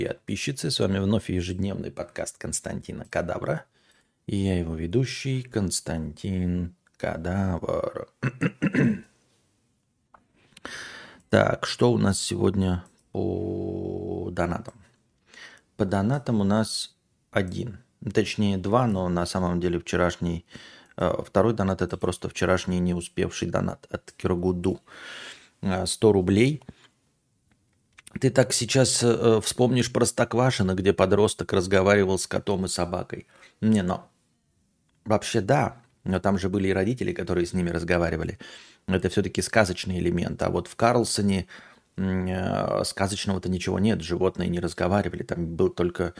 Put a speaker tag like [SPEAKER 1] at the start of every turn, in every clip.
[SPEAKER 1] И подписчицы, с вами вновь ежедневный подкаст Константина Кадавра. И я его ведущий Константин Кадавр. Так, что у нас сегодня по донатам? По донатам у нас один. Точнее, два, но на самом деле вчерашний... Второй донат – это просто вчерашний не успевший донат от Киргуду. 100 рублей. Ты так сейчас вспомнишь Простоквашино, где подросток разговаривал с котом и собакой. Не, ну, вообще да, но там же были и родители, которые с ними разговаривали. Это все-таки сказочный элемент. А вот в Карлсоне сказочного-то ничего нет, животные не разговаривали. Там был только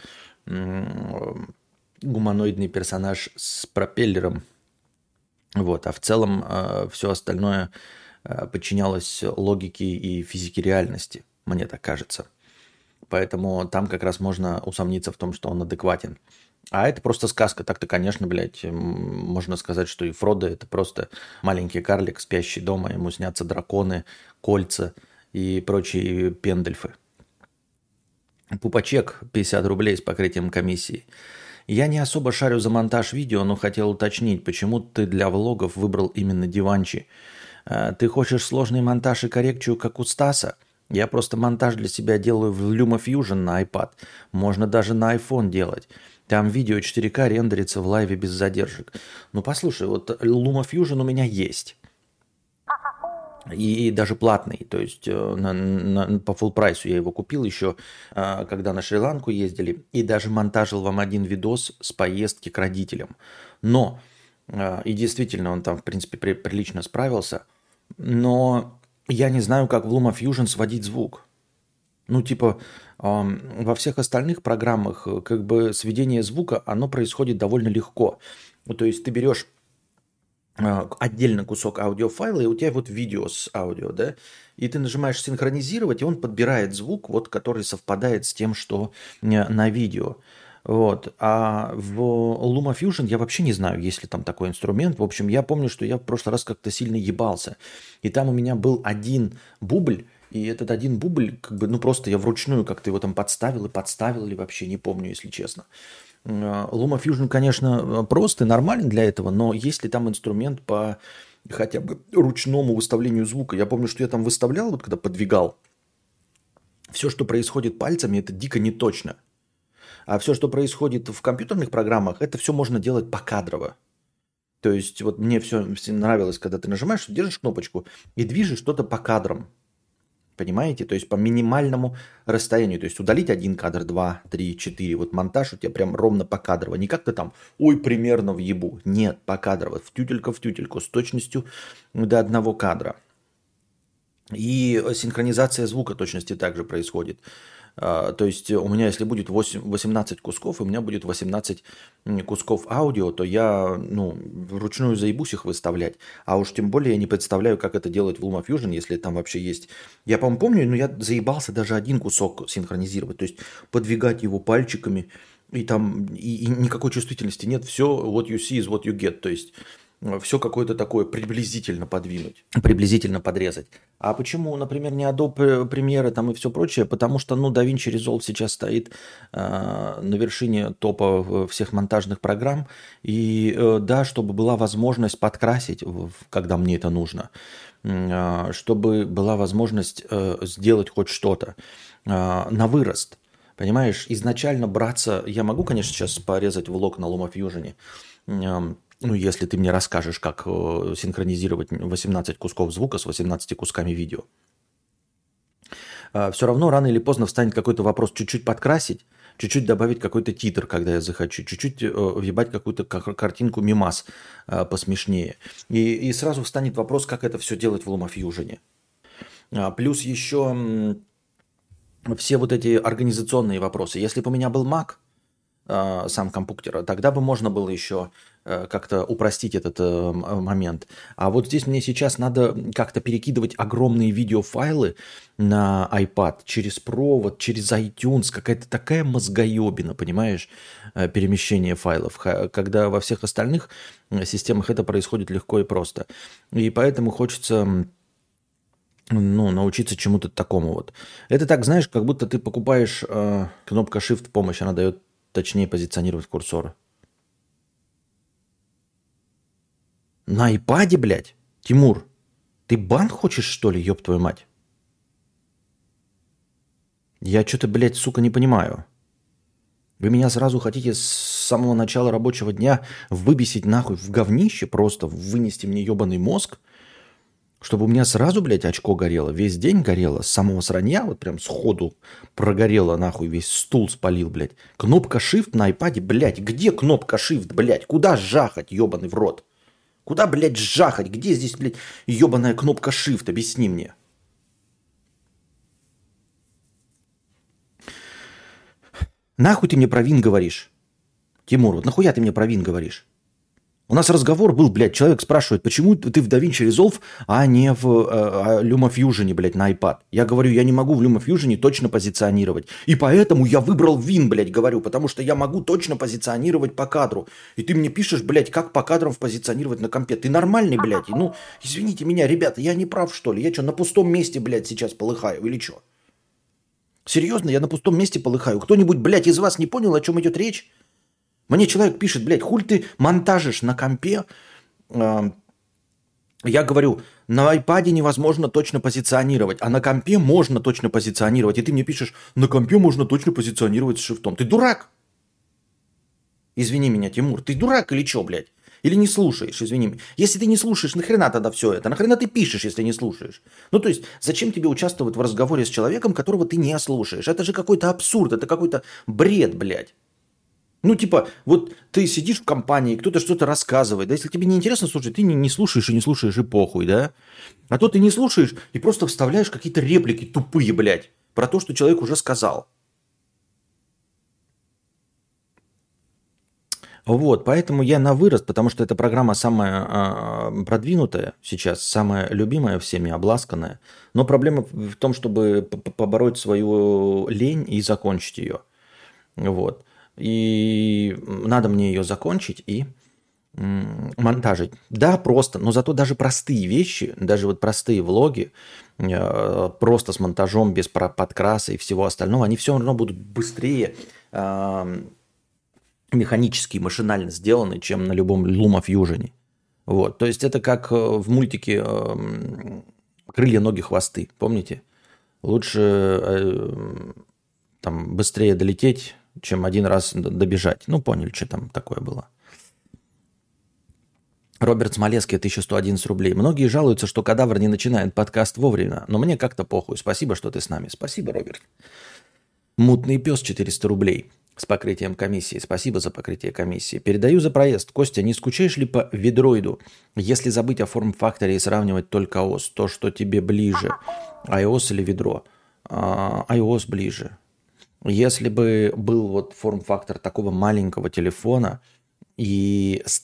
[SPEAKER 1] гуманоидный персонаж с пропеллером. Вот. А в целом все остальное подчинялось логике и физике реальности. Мне так кажется. Поэтому там как раз можно усомниться в том, что он адекватен. А это просто сказка. Так-то, конечно, блядь, можно сказать, что и Фродо – это просто маленький карлик, спящий дома. Ему снятся драконы, кольца и прочие пендельфы. Пупачек, 50 рублей с покрытием комиссии. Я не особо шарю за монтаж видео, но хотел уточнить, почему ты для влогов выбрал именно Диванчи. Ты хочешь сложный монтаж и коррекцию, как у Стаса? Я просто монтаж для себя делаю в LumaFusion на iPad. Можно даже на iPhone делать. Там видео 4К рендерится в лайве без задержек. Ну, послушай, вот LumaFusion у меня есть. И даже платный. То есть по full прайсу я его купил еще, когда на Шри-Ланку ездили. И даже монтажил вам один видос с поездки к родителям. Но, и действительно, он там, в принципе, прилично справился. Но... Я не знаю, как в LumaFusion сводить звук. Ну, типа, во всех остальных программах как бы сведение звука, оно происходит довольно легко. То есть ты берешь отдельно кусок аудиофайла, и у тебя вот видео с аудио, да, и ты нажимаешь синхронизировать, и он подбирает звук, вот, который совпадает с тем, что на видео. Вот. А в LumaFusion я вообще не знаю, есть ли там такой инструмент. В общем, я помню, что я в прошлый раз как-то сильно ебался. И там у меня был один бубль, и этот один бубль, как бы, ну просто я вручную как-то его там подставил или вообще не помню, если честно. LumaFusion, конечно, прост и нормален для этого, но есть ли там инструмент по хотя бы ручному выставлению звука? Я помню, что я там выставлял, вот когда подвигал, все, что происходит пальцами, это дико неточно. А все, что происходит в компьютерных программах, это все можно делать покадрово. То есть вот мне все нравилось, когда ты нажимаешь, держишь кнопочку и движешь что-то по кадрам. Понимаете? То есть по минимальному расстоянию. То есть удалить один кадр, 2, 3, 4. Вот монтаж у тебя прям ровно покадрово. Не как-то там, ой, примерно въебу. Нет, покадрово. В тютельку, с точностью до одного кадра. И синхронизация звука точности также происходит. То есть у меня, если будет 18 кусков, и у меня будет 18 кусков аудио, то я вручную заебусь их выставлять. А уж тем более я не представляю, как это делать в LumaFusion, если там вообще есть... Я, по-моему, помню, но я заебался даже один кусок синхронизировать. То есть подвигать его пальчиками, и там и никакой чувствительности нет. Все what you see is what you get. То есть... все какое-то такое приблизительно подвинуть, приблизительно подрезать. А почему, например, не Adobe Premiere там и все прочее? Потому что, DaVinci Resolve сейчас стоит на вершине топа всех монтажных программ. И да, чтобы была возможность подкрасить, когда мне это нужно, чтобы была возможность сделать хоть что-то на вырост. Понимаешь, изначально браться... Я могу, конечно, сейчас порезать влог на LumaFusion, если ты мне расскажешь, как синхронизировать 18 кусков звука с 18 кусками видео. Все равно рано или поздно встанет какой-то вопрос чуть-чуть подкрасить, чуть-чуть добавить какой-то титр, когда я захочу, чуть-чуть въебать какую-то картинку мимас посмешнее. И сразу встанет вопрос, как это все делать в LumaFusion. Плюс еще все вот эти организационные вопросы. Если бы у меня был Mac, сам компьютер, тогда бы можно было еще как-то упростить этот момент. А вот здесь мне сейчас надо как-то перекидывать огромные видеофайлы на iPad через провод, через iTunes. Какая-то такая мозгоебина, понимаешь, перемещение файлов, когда во всех остальных системах это происходит легко и просто. И поэтому хочется ну, научиться чему-то такому вот. Это так, знаешь, как будто ты покупаешь кнопка Shift помощь, она дает точнее позиционировать курсор. На айпаде, блядь? Тимур, ты бан хочешь, что ли, ёб твою мать? Я что-то, блядь, сука, не понимаю. Вы меня сразу хотите с самого начала рабочего дня выбесить нахуй в говнище, просто вынести мне ебаный мозг, чтобы у меня сразу, блядь, очко горело, весь день горело, с самого сранья, вот прям сходу прогорело нахуй, весь стул спалил, блядь. Кнопка Shift на айпаде, блядь, где кнопка Shift, блядь? Куда жахать, ебаный в рот? Куда, блядь, жахать? Где здесь, блядь, ебаная кнопка Shift? Объясни мне. Нахуй ты мне про Вин говоришь? Тимур, вот нахуя ты мне про Вин говоришь? У нас разговор был, блядь, человек спрашивает, почему ты в DaVinci Resolve, а не в LumaFusion, блядь, на iPad. Я говорю, я не могу в LumaFusion точно позиционировать. И поэтому я выбрал Win, блядь, говорю, потому что я могу точно позиционировать по кадру. И ты мне пишешь, блядь, как по кадрам позиционировать на компе. Ты нормальный, блядь? Ну, извините меня, ребята, я не прав, что ли? Я что, на пустом месте, блядь, сейчас полыхаю или что? Серьезно, я на пустом месте полыхаю. Кто-нибудь, блядь, из вас не понял, о чем идет речь? Мне человек пишет, блядь, хуль ты монтажишь на компе. Я говорю, на айпаде невозможно точно позиционировать, а на компе можно точно позиционировать. И ты мне пишешь, на компе можно точно позиционировать с шифтом. Ты дурак? Извини меня, Тимур, ты дурак или что, блядь? Или не слушаешь, извини меня. Если ты не слушаешь, нахрена тогда все это? Нахрена ты пишешь, если не слушаешь? Ну, то есть, зачем тебе участвовать в разговоре с человеком, которого ты не слушаешь? Это же какой-то абсурд, это какой-то бред, блядь. Ну, типа, вот ты сидишь в компании, кто-то что-то рассказывает, да, если тебе не интересно слушать, ты не слушаешь и не слушаешь, и похуй, да? А то ты не слушаешь и просто вставляешь какие-то реплики тупые, блядь, про то, что человек уже сказал. Вот, поэтому я на вырост, потому что эта программа самая продвинутая сейчас, самая любимая всеми, обласканная. Но проблема в том, чтобы побороть свою лень и закончить ее. Вот. И надо мне ее закончить и монтажить. Да, просто, но зато даже простые вещи, даже вот простые влоги, просто с монтажом, без подкраса и всего остального, они все равно будут быстрее механически, машинально сделаны, чем на любом LumaFusion. Вот. То есть это как в мультике «Крылья, ноги, хвосты». Помните? Лучше там быстрее долететь, чем один раз добежать. Ну, поняли, что там такое было. Роберт Смолецкий, 1111 рублей. Многие жалуются, что кадавр не начинает подкаст вовремя, но мне как-то похуй. Спасибо, что ты с нами. Спасибо, Роберт. Мутный пес, 400 рублей. С покрытием комиссии. Спасибо за покрытие комиссии. Передаю за проезд. Костя, не скучаешь ли по ведроиду? Если забыть о форм-факторе и сравнивать только iOS, то что тебе ближе? iOS или ведро? iOS ближе. Если бы был вот форм-фактор такого маленького телефона и с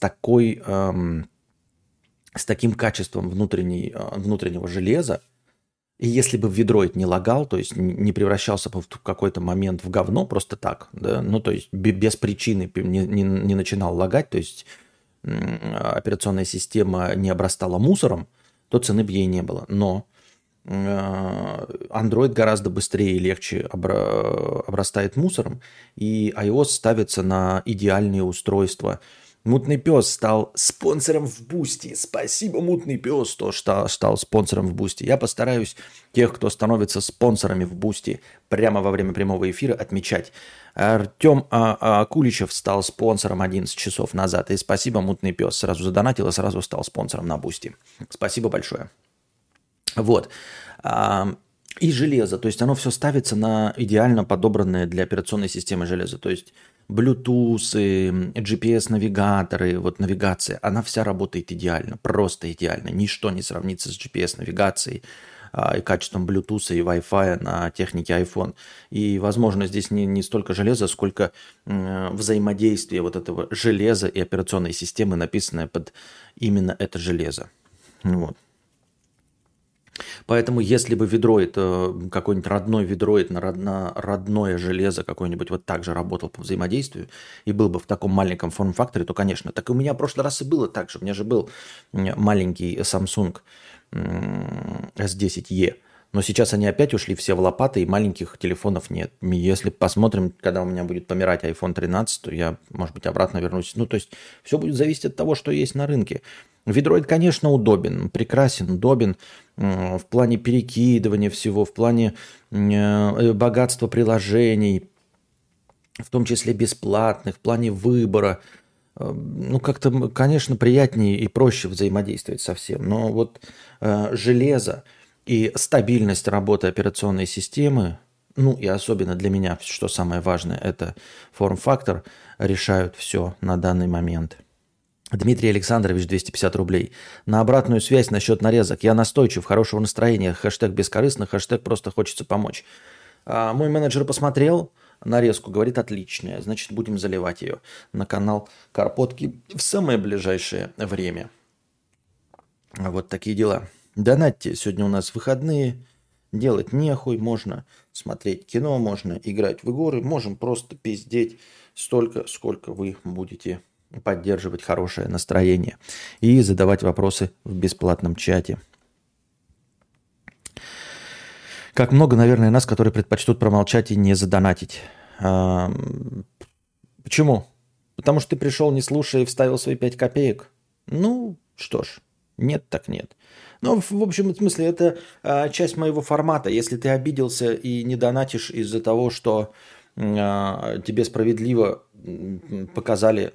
[SPEAKER 1] таким качеством внутреннего железа, и если бы ведроид не лагал, то есть не превращался бы в какой-то момент в говно просто так, да, ну то есть без причины не начинал лагать, то есть операционная система не обрастала мусором, то цены бы ей не было. Но Android гораздо быстрее и легче обрастает мусором, и iOS ставится на идеальные устройства. Мутный пес стал спонсором в Бусти. Спасибо, Мутный пес, что стал спонсором в Бусти. Я постараюсь тех, кто становится спонсорами в Бусти, прямо во время прямого эфира отмечать. Артем Куличев стал спонсором 11 часов назад. И спасибо, Мутный пес. Сразу задонатил и сразу стал спонсором на Бусти. Спасибо большое. Вот. И железо. То есть оно все ставится на идеально подобранное для операционной системы железо. То есть Bluetooth, GPS-навигаторы, вот навигация, она вся работает идеально, просто идеально. Ничто не сравнится с GPS-навигацией и качеством Bluetooth и Wi-Fi на технике iPhone. И, возможно, здесь не столько железа, сколько взаимодействие вот этого железа и операционной системы, написанное под именно это железо. Вот. Поэтому если бы ведроид, какой-нибудь родной ведроид на родное железо какое-нибудь вот так же работал по взаимодействию и был бы в таком маленьком форм-факторе, то, конечно. Так и у меня в прошлый раз и было так же. У меня же был маленький Samsung S10e. Но сейчас они опять ушли все в лопаты, и маленьких телефонов нет. Если посмотрим, когда у меня будет помирать iPhone 13, то я, может быть, обратно вернусь. Ну, то есть все будет зависеть от того, что есть на рынке. Видроид, конечно, удобен, прекрасен, удобен в плане перекидывания всего, в плане богатства приложений, в том числе бесплатных, в плане выбора. Ну, как-то, конечно, приятнее и проще взаимодействовать со всем. Но вот железо и стабильность работы операционной системы, ну и особенно для меня, что самое важное, это форм-фактор, решают все на данный момент. Дмитрий Александрович, 250 рублей. На обратную связь насчет нарезок. Я настойчив, хорошего настроения. Хэштег бескорыстно, хэштег просто хочется помочь. Мой менеджер посмотрел нарезку, говорит, отличная. Значит, будем заливать ее на канал Карпотки в самое ближайшее время. Вот такие дела. Донатьте, сегодня у нас выходные. Делать нехуй, можно смотреть кино, можно играть в игры, можем просто пиздеть столько, сколько вы будете поддерживать хорошее настроение и задавать вопросы в бесплатном чате. Как много, наверное, нас, которые предпочтут промолчать и не задонатить. Почему? Потому что ты пришел, не слушая, и вставил свои 5 копеек? Ну, что ж, нет так нет. Ну, в общем смысле, это часть моего формата. Если ты обиделся и не донатишь из-за того, что тебе справедливо показали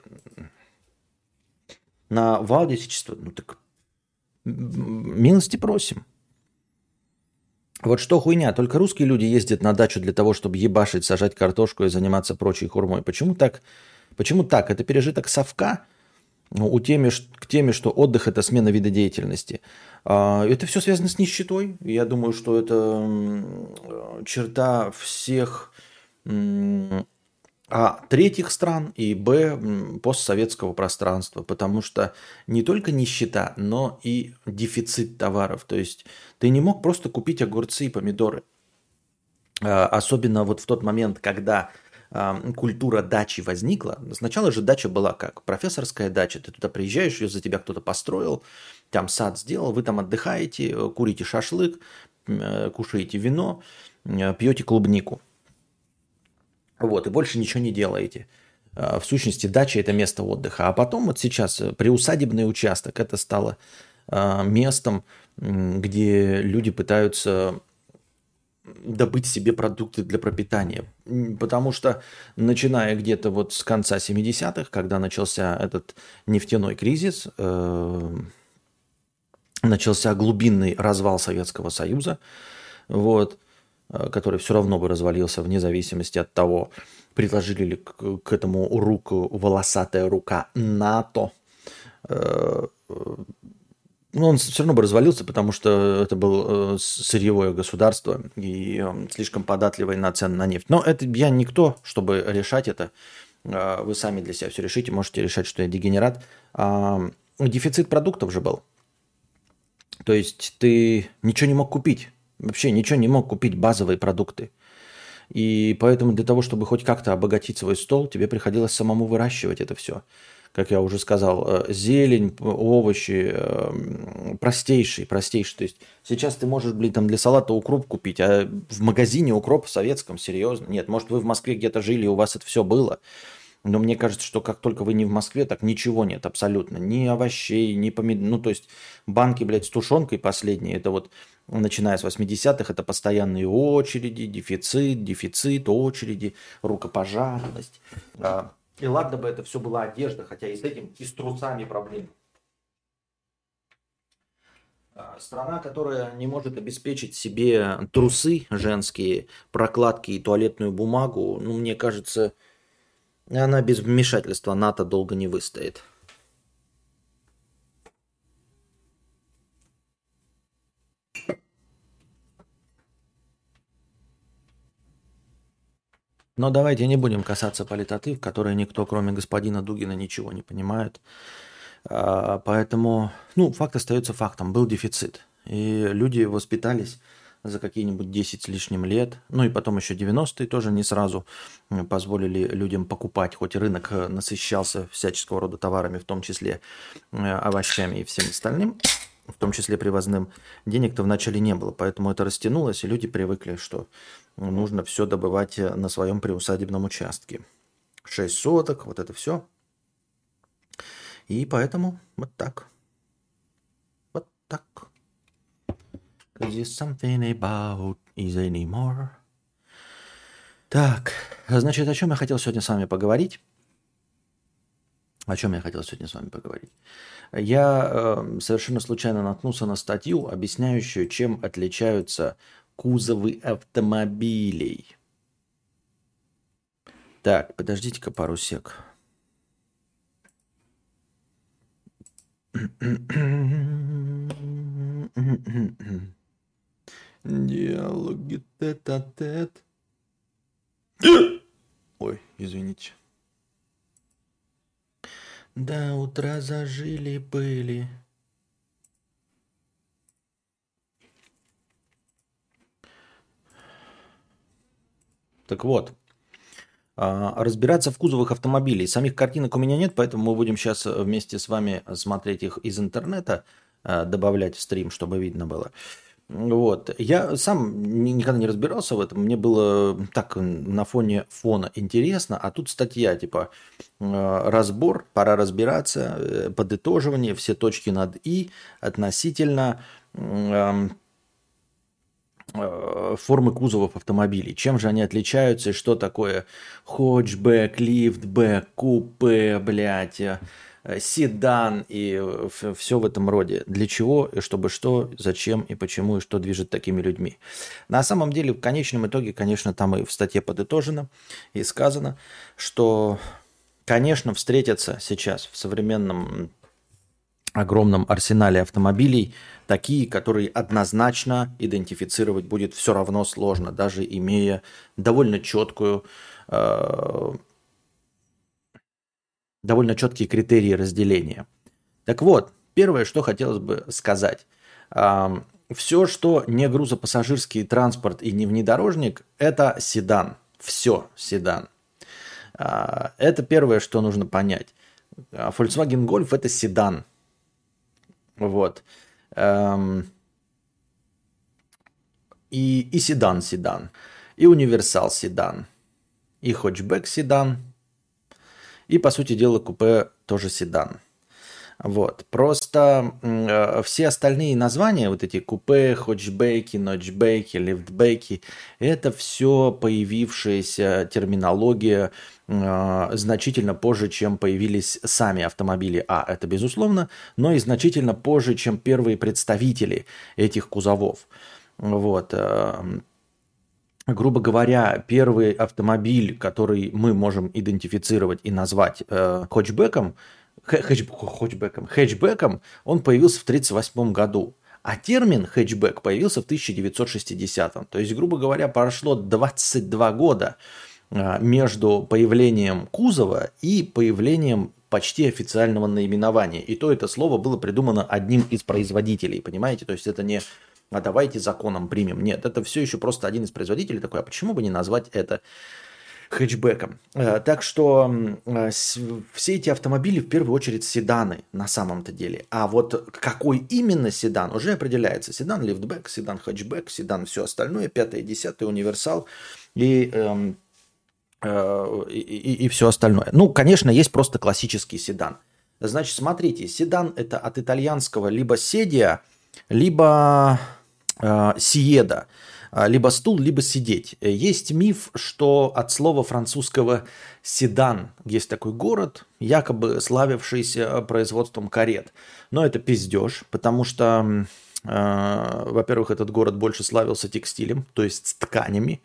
[SPEAKER 1] на вау-10, ну так милости просим. Вот что хуйня, только русские люди ездят на дачу для того, чтобы ебашить, сажать картошку и заниматься прочей хурмой. Почему так? Почему так? Это пережиток совка к теме, что отдых – это смена вида деятельности. Это все связано с нищетой. Я думаю, что это черта всех третьих стран и постсоветского пространства, потому что не только нищета, но и дефицит товаров. То есть ты не мог просто купить огурцы и помидоры. Особенно вот в тот момент, когда культура дачи возникла. Сначала же дача была как? Профессорская дача. Ты туда приезжаешь, ее за тебя кто-то построил, там сад сделал, вы там отдыхаете, курите шашлык, кушаете вино, пьете клубнику. Вот, и больше ничего не делаете. В сущности, дача – это место отдыха. А потом вот сейчас приусадебный участок – это стало местом, где люди пытаются добыть себе продукты для пропитания. Потому что, начиная где-то вот с конца 70-х, когда начался этот нефтяной кризис, начался глубинный развал Советского Союза, вот, который все равно бы развалился вне зависимости от того, приложили ли к этому руку волосатая рука НАТО. Но он все равно бы развалился, потому что это было сырьевое государство и слишком податливое на цены на нефть. Но это я никто, чтобы решать это. Вы сами для себя все решите, можете решать, что я дегенерат. Дефицит продуктов же был. То есть ты ничего не мог купить. Вообще ничего не мог купить, базовые продукты. И поэтому для того, чтобы хоть как-то обогатить свой стол, тебе приходилось самому выращивать это все. Как я уже сказал, зелень, овощи, простейший. То есть сейчас ты можешь, там для салата укроп купить, а в магазине укроп в советском, серьезно? Нет, может, вы в Москве где-то жили, и у вас это все было. Но мне кажется, что как только вы не в Москве, так ничего нет абсолютно. Ни овощей, ни помидоров. Ну, то есть банки, с тушенкой последние, это вот, начиная с 80-х, это постоянные очереди, дефицит, очереди, рукопожатность. И ладно бы это все была одежда, хотя и с этим, и с трусами проблемы. Страна, которая не может обеспечить себе трусы женские, прокладки и туалетную бумагу, ну, мне кажется, она без вмешательства НАТО долго не выстоит. Но давайте не будем касаться политоты, в которой никто, кроме господина Дугина, ничего не понимает. Поэтому, факт остается фактом. Был дефицит. И люди воспитались за какие-нибудь 10 с лишним лет. Ну и потом еще 90-е тоже не сразу позволили людям покупать. Хоть рынок насыщался всяческого рода товарами, в том числе овощами и всем остальным. в том числе привозным, денег-то вначале не было. Поэтому это растянулось, и люди привыкли, что нужно все добывать на своем приусадебном участке. 6 соток, вот это все. И поэтому вот так. Вот так. 'Cause there's something about is anymore. Так, значит, о чем я хотел сегодня с вами поговорить? О чем я хотел сегодня с вами поговорить? Я совершенно случайно наткнулся на статью, объясняющую, чем отличаются кузовы автомобилей. Так, подождите-ка пару сек. Диалоги тет-а-тет. Ой, извините. До утра зажили-были. Так вот, разбираться в кузовах автомобилей. Самих картинок у меня нет, поэтому мы будем сейчас вместе с вами смотреть их из интернета, добавлять в стрим, чтобы видно было. Вот. Я сам никогда не разбирался в этом. Мне было так на фоне фона интересно, а тут статья типа разбор, пора разбираться, подытоживание, все точки над «и» относительно формы кузовов автомобилей. Чем же они отличаются и что такое хэтчбэк, лифтбэк, купе, блядь, седан и все в этом роде. Для чего, и чтобы что, зачем и почему, и что движет такими людьми. На самом деле, в конечном итоге, конечно, там и в статье подытожено и сказано, что, конечно, встретятся сейчас в современном огромном арсенале автомобилей такие, которые однозначно идентифицировать будет все равно сложно, даже имея довольно четкую довольно четкие критерии разделения. Так вот, первое, что хотелось бы сказать. Все, что не грузопассажирский транспорт и не внедорожник, это седан. Все седан. Это первое, что нужно понять. Volkswagen Golf – это седан. Вот. И седан, и универсал седан, и хэтчбэк седан, и, по сути дела, купе тоже седан. Вот. Просто все остальные названия, вот эти купе, хэтчбеки, нотчбеки, лифтбеки, это все появившаяся терминология значительно позже, чем появились сами автомобили. Это безусловно, но и значительно позже, чем первые представители этих кузовов. Вот. Грубо говоря, первый автомобиль, который мы можем идентифицировать и назвать хэтчбеком, он появился в 1938 году. А термин хэтчбэк появился в 1960. То есть, грубо говоря, прошло 22 года между появлением кузова и появлением почти официального наименования. И то это слово было придумано одним из производителей, понимаете? То есть это не «а давайте законом примем». Нет, это все еще просто один из производителей такой, а почему бы не назвать это хэтчбеком? Так что все эти автомобили в первую очередь седаны на самом-то деле. А вот какой именно седан уже определяется. Седан, лифтбэк, седан, хэтчбэк, седан, все остальное, 5-е, 10-е, универсал и все остальное. Ну, конечно, есть просто классический седан. Значит, смотрите, седан – это от итальянского либо седия, либо сиеда, либо стул, либо сидеть. Есть миф, что от слова французского седан есть такой город, якобы славившийся производством карет. Но это пиздеж, потому что, во-первых, этот город больше славился текстилем, то есть с тканями.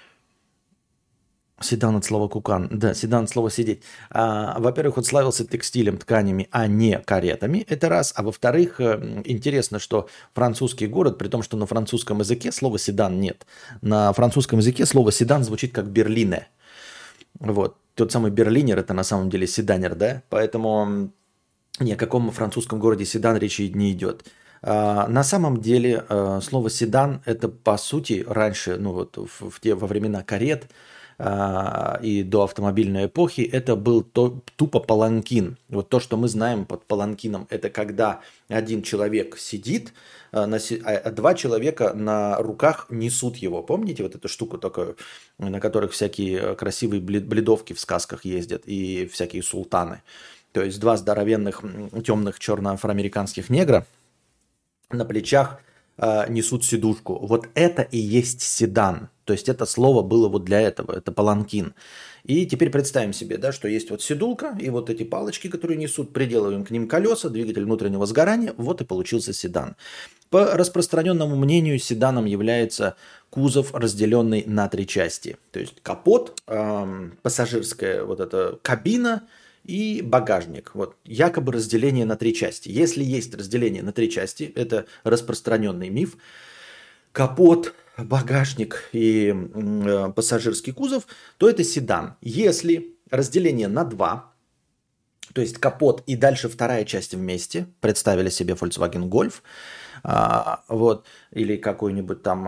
[SPEAKER 1] Седан от слова кукан. Да, седан от слова сидеть. Во-первых, он славился текстилем, тканями, а не каретами. Это раз. А во-вторых, интересно, что французский город, при том, что на французском языке слова седан нет. На французском языке слово седан звучит как берлине. Вот. Тот самый берлинер – это на самом деле седанер, да? Поэтому ни о каком французском городе седан речи не идет. На самом деле слово седан – это, по сути, раньше, ну вот во времена карет, и до автомобильной эпохи, это был тупо паланкин. Вот то, что мы знаем под паланкином, это когда один человек сидит, а два человека на руках несут его. Помните вот эту штуку такую, на которых всякие красивые бледовки в сказках ездят и всякие султаны? То есть два здоровенных темных черно-афроамериканских негра на плечах несут сидушку. Вот это и есть седан. То есть это слово было вот для этого, это паланкин. И теперь представим себе, да, что есть вот седулка и вот эти палочки, которые несут, приделываем к ним колеса, двигатель внутреннего сгорания, вот и получился седан. По распространенному мнению, седаном является кузов, разделенный на три части. То есть капот, пассажирская вот эта кабина и багажник. Вот якобы разделение на три части. Если есть разделение на три части, это распространенный миф, капот, багажник и пассажирский кузов, то это седан. Если разделение на два, то есть капот и дальше вторая часть вместе, представили себе Volkswagen Golf, вот, или какую-нибудь там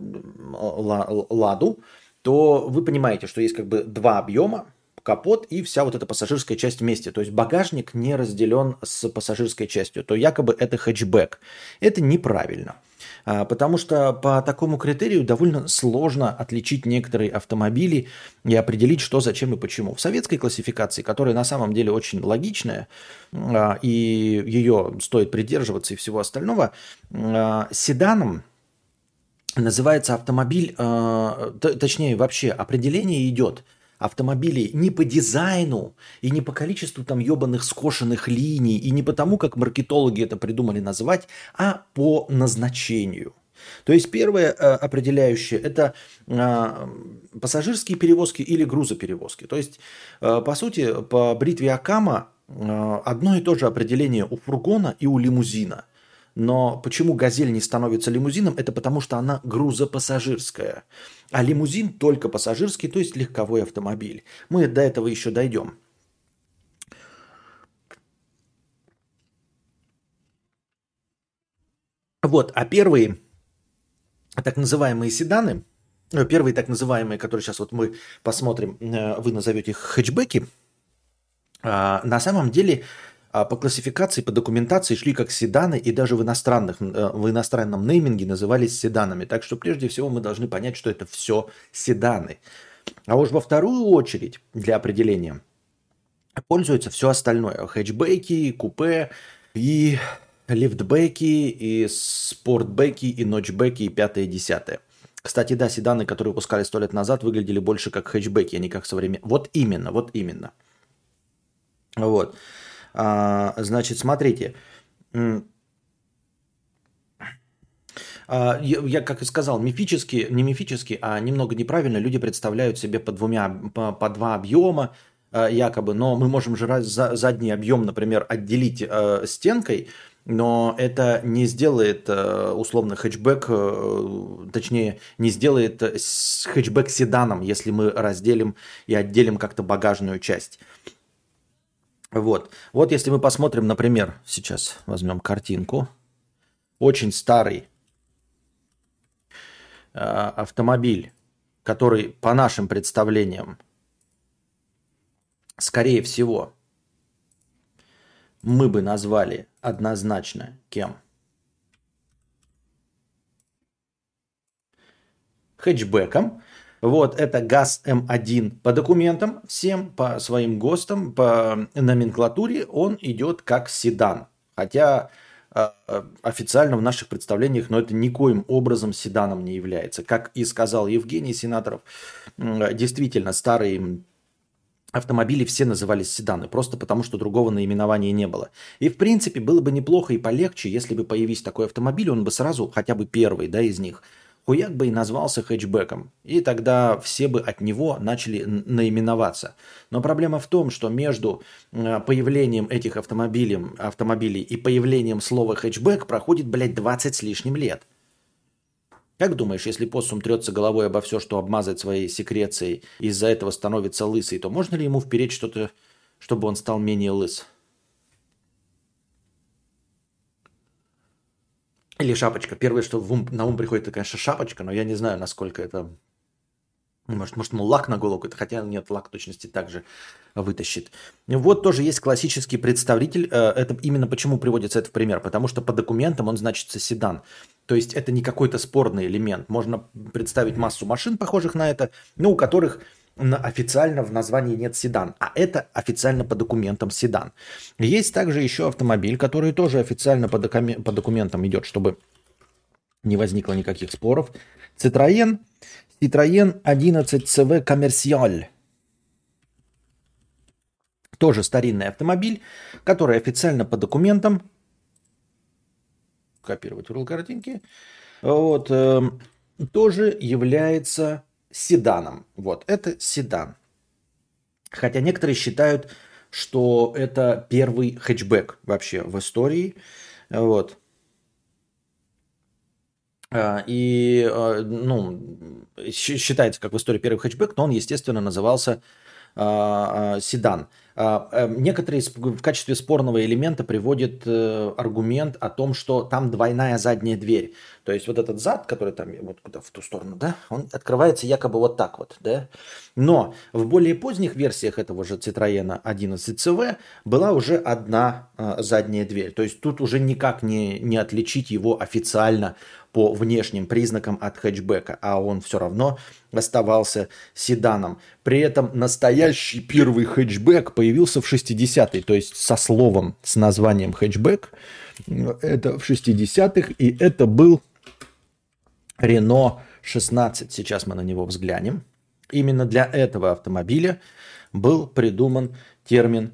[SPEAKER 1] Ладу, то вы понимаете, что есть как бы два объема, капот и вся вот эта пассажирская часть вместе. То есть багажник не разделен с пассажирской частью, то якобы это хэтчбэк. Это неправильно. Потому что по такому критерию довольно сложно отличить некоторые автомобили и определить, что, зачем и почему. В советской классификации, которая на самом деле очень логичная, и ее стоит придерживаться и всего остального, седаном называется автомобиль, точнее вообще определение идет автомобилей не по дизайну и не по количеству там ебаных скошенных линий и не потому, как маркетологи это придумали назвать, а по назначению. То есть первое определяющее – это пассажирские перевозки или грузоперевозки. То есть, по сути, по бритве Акама одно и то же определение у фургона и у лимузина. Но почему «Газель» не становится лимузином, это потому что она грузопассажирская. А лимузин только пассажирский, то есть легковой автомобиль. Мы до этого еще дойдем. Вот, а первые так называемые седаны, первые так называемые, которые сейчас вот мы посмотрим, вы назовете их хэтчбеки, на самом деле по классификации, по документации шли как седаны и даже в иностранном нейминге назывались седанами. Так что прежде всего мы должны понять, что это все седаны. А уж во вторую очередь для определения пользуется все остальное. Хэтчбеки, купе и лифтбеки, и спортбеки, и ночбеки, и пятое, и десятое. Кстати, да, седаны, которые выпускали 100 лет назад, выглядели больше как хэтчбеки, а не как современные. Вот именно, вот именно. Вот. Значит, смотрите. Я, как и сказал, мифически, не мифически, а немного неправильно люди представляют себе по два объема якобы, но мы можем же задний объем, например, отделить стенкой, но это не сделает условно хэтчбэк, точнее, не сделает хэтчбэк седаном, если мы разделим и отделим как-то багажную часть. Вот. Вот если мы посмотрим, например, сейчас возьмем картинку, очень старый автомобиль, который по нашим представлениям, скорее всего, мы бы назвали однозначно кем? Хэтчбеком. Вот это ГАЗ М1 по документам всем, по своим ГОСТам, по номенклатуре он идет как седан. Хотя официально в наших представлениях, но это никоим образом седаном не является. Как и сказал Евгений Сенаторов, действительно старые автомобили все назывались седаны, просто потому что другого наименования не было. И в принципе было бы неплохо и полегче, если бы появился такой автомобиль, он бы сразу, хотя бы первый, да, из них, хуяк бы и назвался хэтчбеком. И тогда все бы от него начали наименоваться. Но проблема в том, что между появлением этих автомобилей и появлением слова хэтчбэк проходит, блядь, 20 с лишним лет. Как думаешь, если поссум трется головой обо все, что обмазать своей секрецией, из-за этого становится лысый, то можно ли ему впереть что-то, чтобы он стал менее лыс? Или шапочка. Первое, что на ум приходит, это, конечно, шапочка, но я не знаю, насколько это Может, ему лак на голову какой-то, хотя нет, лак точности также вытащит. Вот тоже есть классический представитель. Это именно почему приводится это в пример. Потому что по документам он значится седан. То есть это не какой-то спорный элемент. Можно представить массу машин, похожих на это, но у которых официально в названии нет седан. А это официально по документам седан. Есть также еще автомобиль, который тоже официально по документам идет, чтобы не возникло никаких споров. Citroën 11 CV Commercial. Тоже старинный автомобиль, который официально по документам, копировать URL картинки, вот, тоже является седаном. Вот, это седан. Хотя некоторые считают, что это первый хэтчбэк вообще в истории. Вот. Считается как в истории первый хэтчбэк, но он, естественно, назывался седан. Некоторые в качестве спорного элемента приводят аргумент о том, что там двойная задняя дверь. То есть вот этот зад, который там вот куда в ту сторону, да, он открывается якобы вот так вот, да. Но в более поздних версиях этого же Citroёn 11 CV была уже одна задняя дверь. То есть тут уже никак не отличить его официально по внешним признакам от хэтчбека, а он все равно оставался седаном. При этом настоящий первый хэтчбэк появился в 60-е, то есть со словом, с названием хэтчбэк. Это в 60-х, и это был Renault 16. Сейчас мы на него взглянем. Именно для этого автомобиля был придуман термин.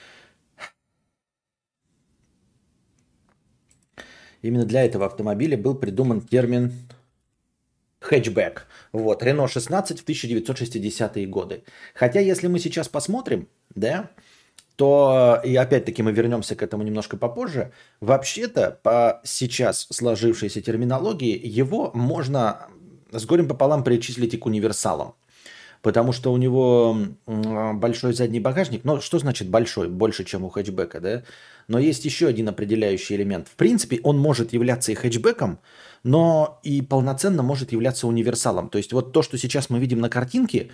[SPEAKER 1] Именно для этого автомобиля был придуман термин хэтчбэк. Вот, Renault 16 в 1960-е годы. Хотя, если мы сейчас посмотрим, да, то, и опять-таки мы вернемся к этому немножко попозже, вообще-то по сейчас сложившейся терминологии его можно с горем пополам причислить и к универсалам. Потому что у него большой задний багажник. Но что значит большой? Больше, чем у хэтчбека, да? Но есть еще один определяющий элемент. В принципе, он может являться и хэтчбеком, но и полноценно может являться универсалом. То есть вот то, что сейчас мы видим на картинке,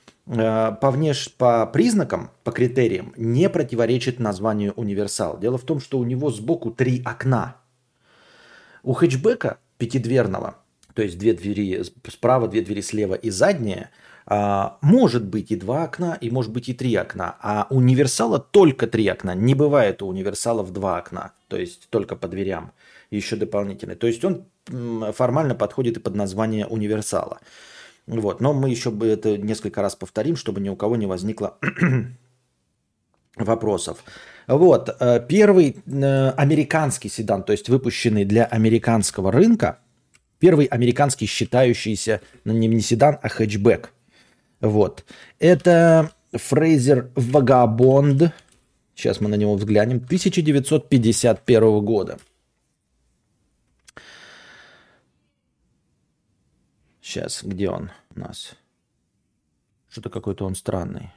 [SPEAKER 1] по признакам, по критериям, не противоречит названию универсал. Дело в том, что у него сбоку 3 окна. У хэтчбека пятидверного, то есть 2 двери справа, 2 двери слева и задняя, может быть и 2 окна, и может быть и 3 окна. А универсала только 3 окна. Не бывает у универсалов 2 окна. То есть только по дверям. Еще дополнительно. То есть он формально подходит и под название универсала. Вот. Но мы еще это несколько раз повторим, чтобы ни у кого не возникло вопросов. Вот. Первый американский седан, то есть выпущенный для американского рынка, первый американский считающийся не седан, а хэтчбэк. Вот. Это Фрейзер Вагабонд. Сейчас мы на него взглянем. 1951 года. Сейчас, где он у нас? Что-то какой-то он странный.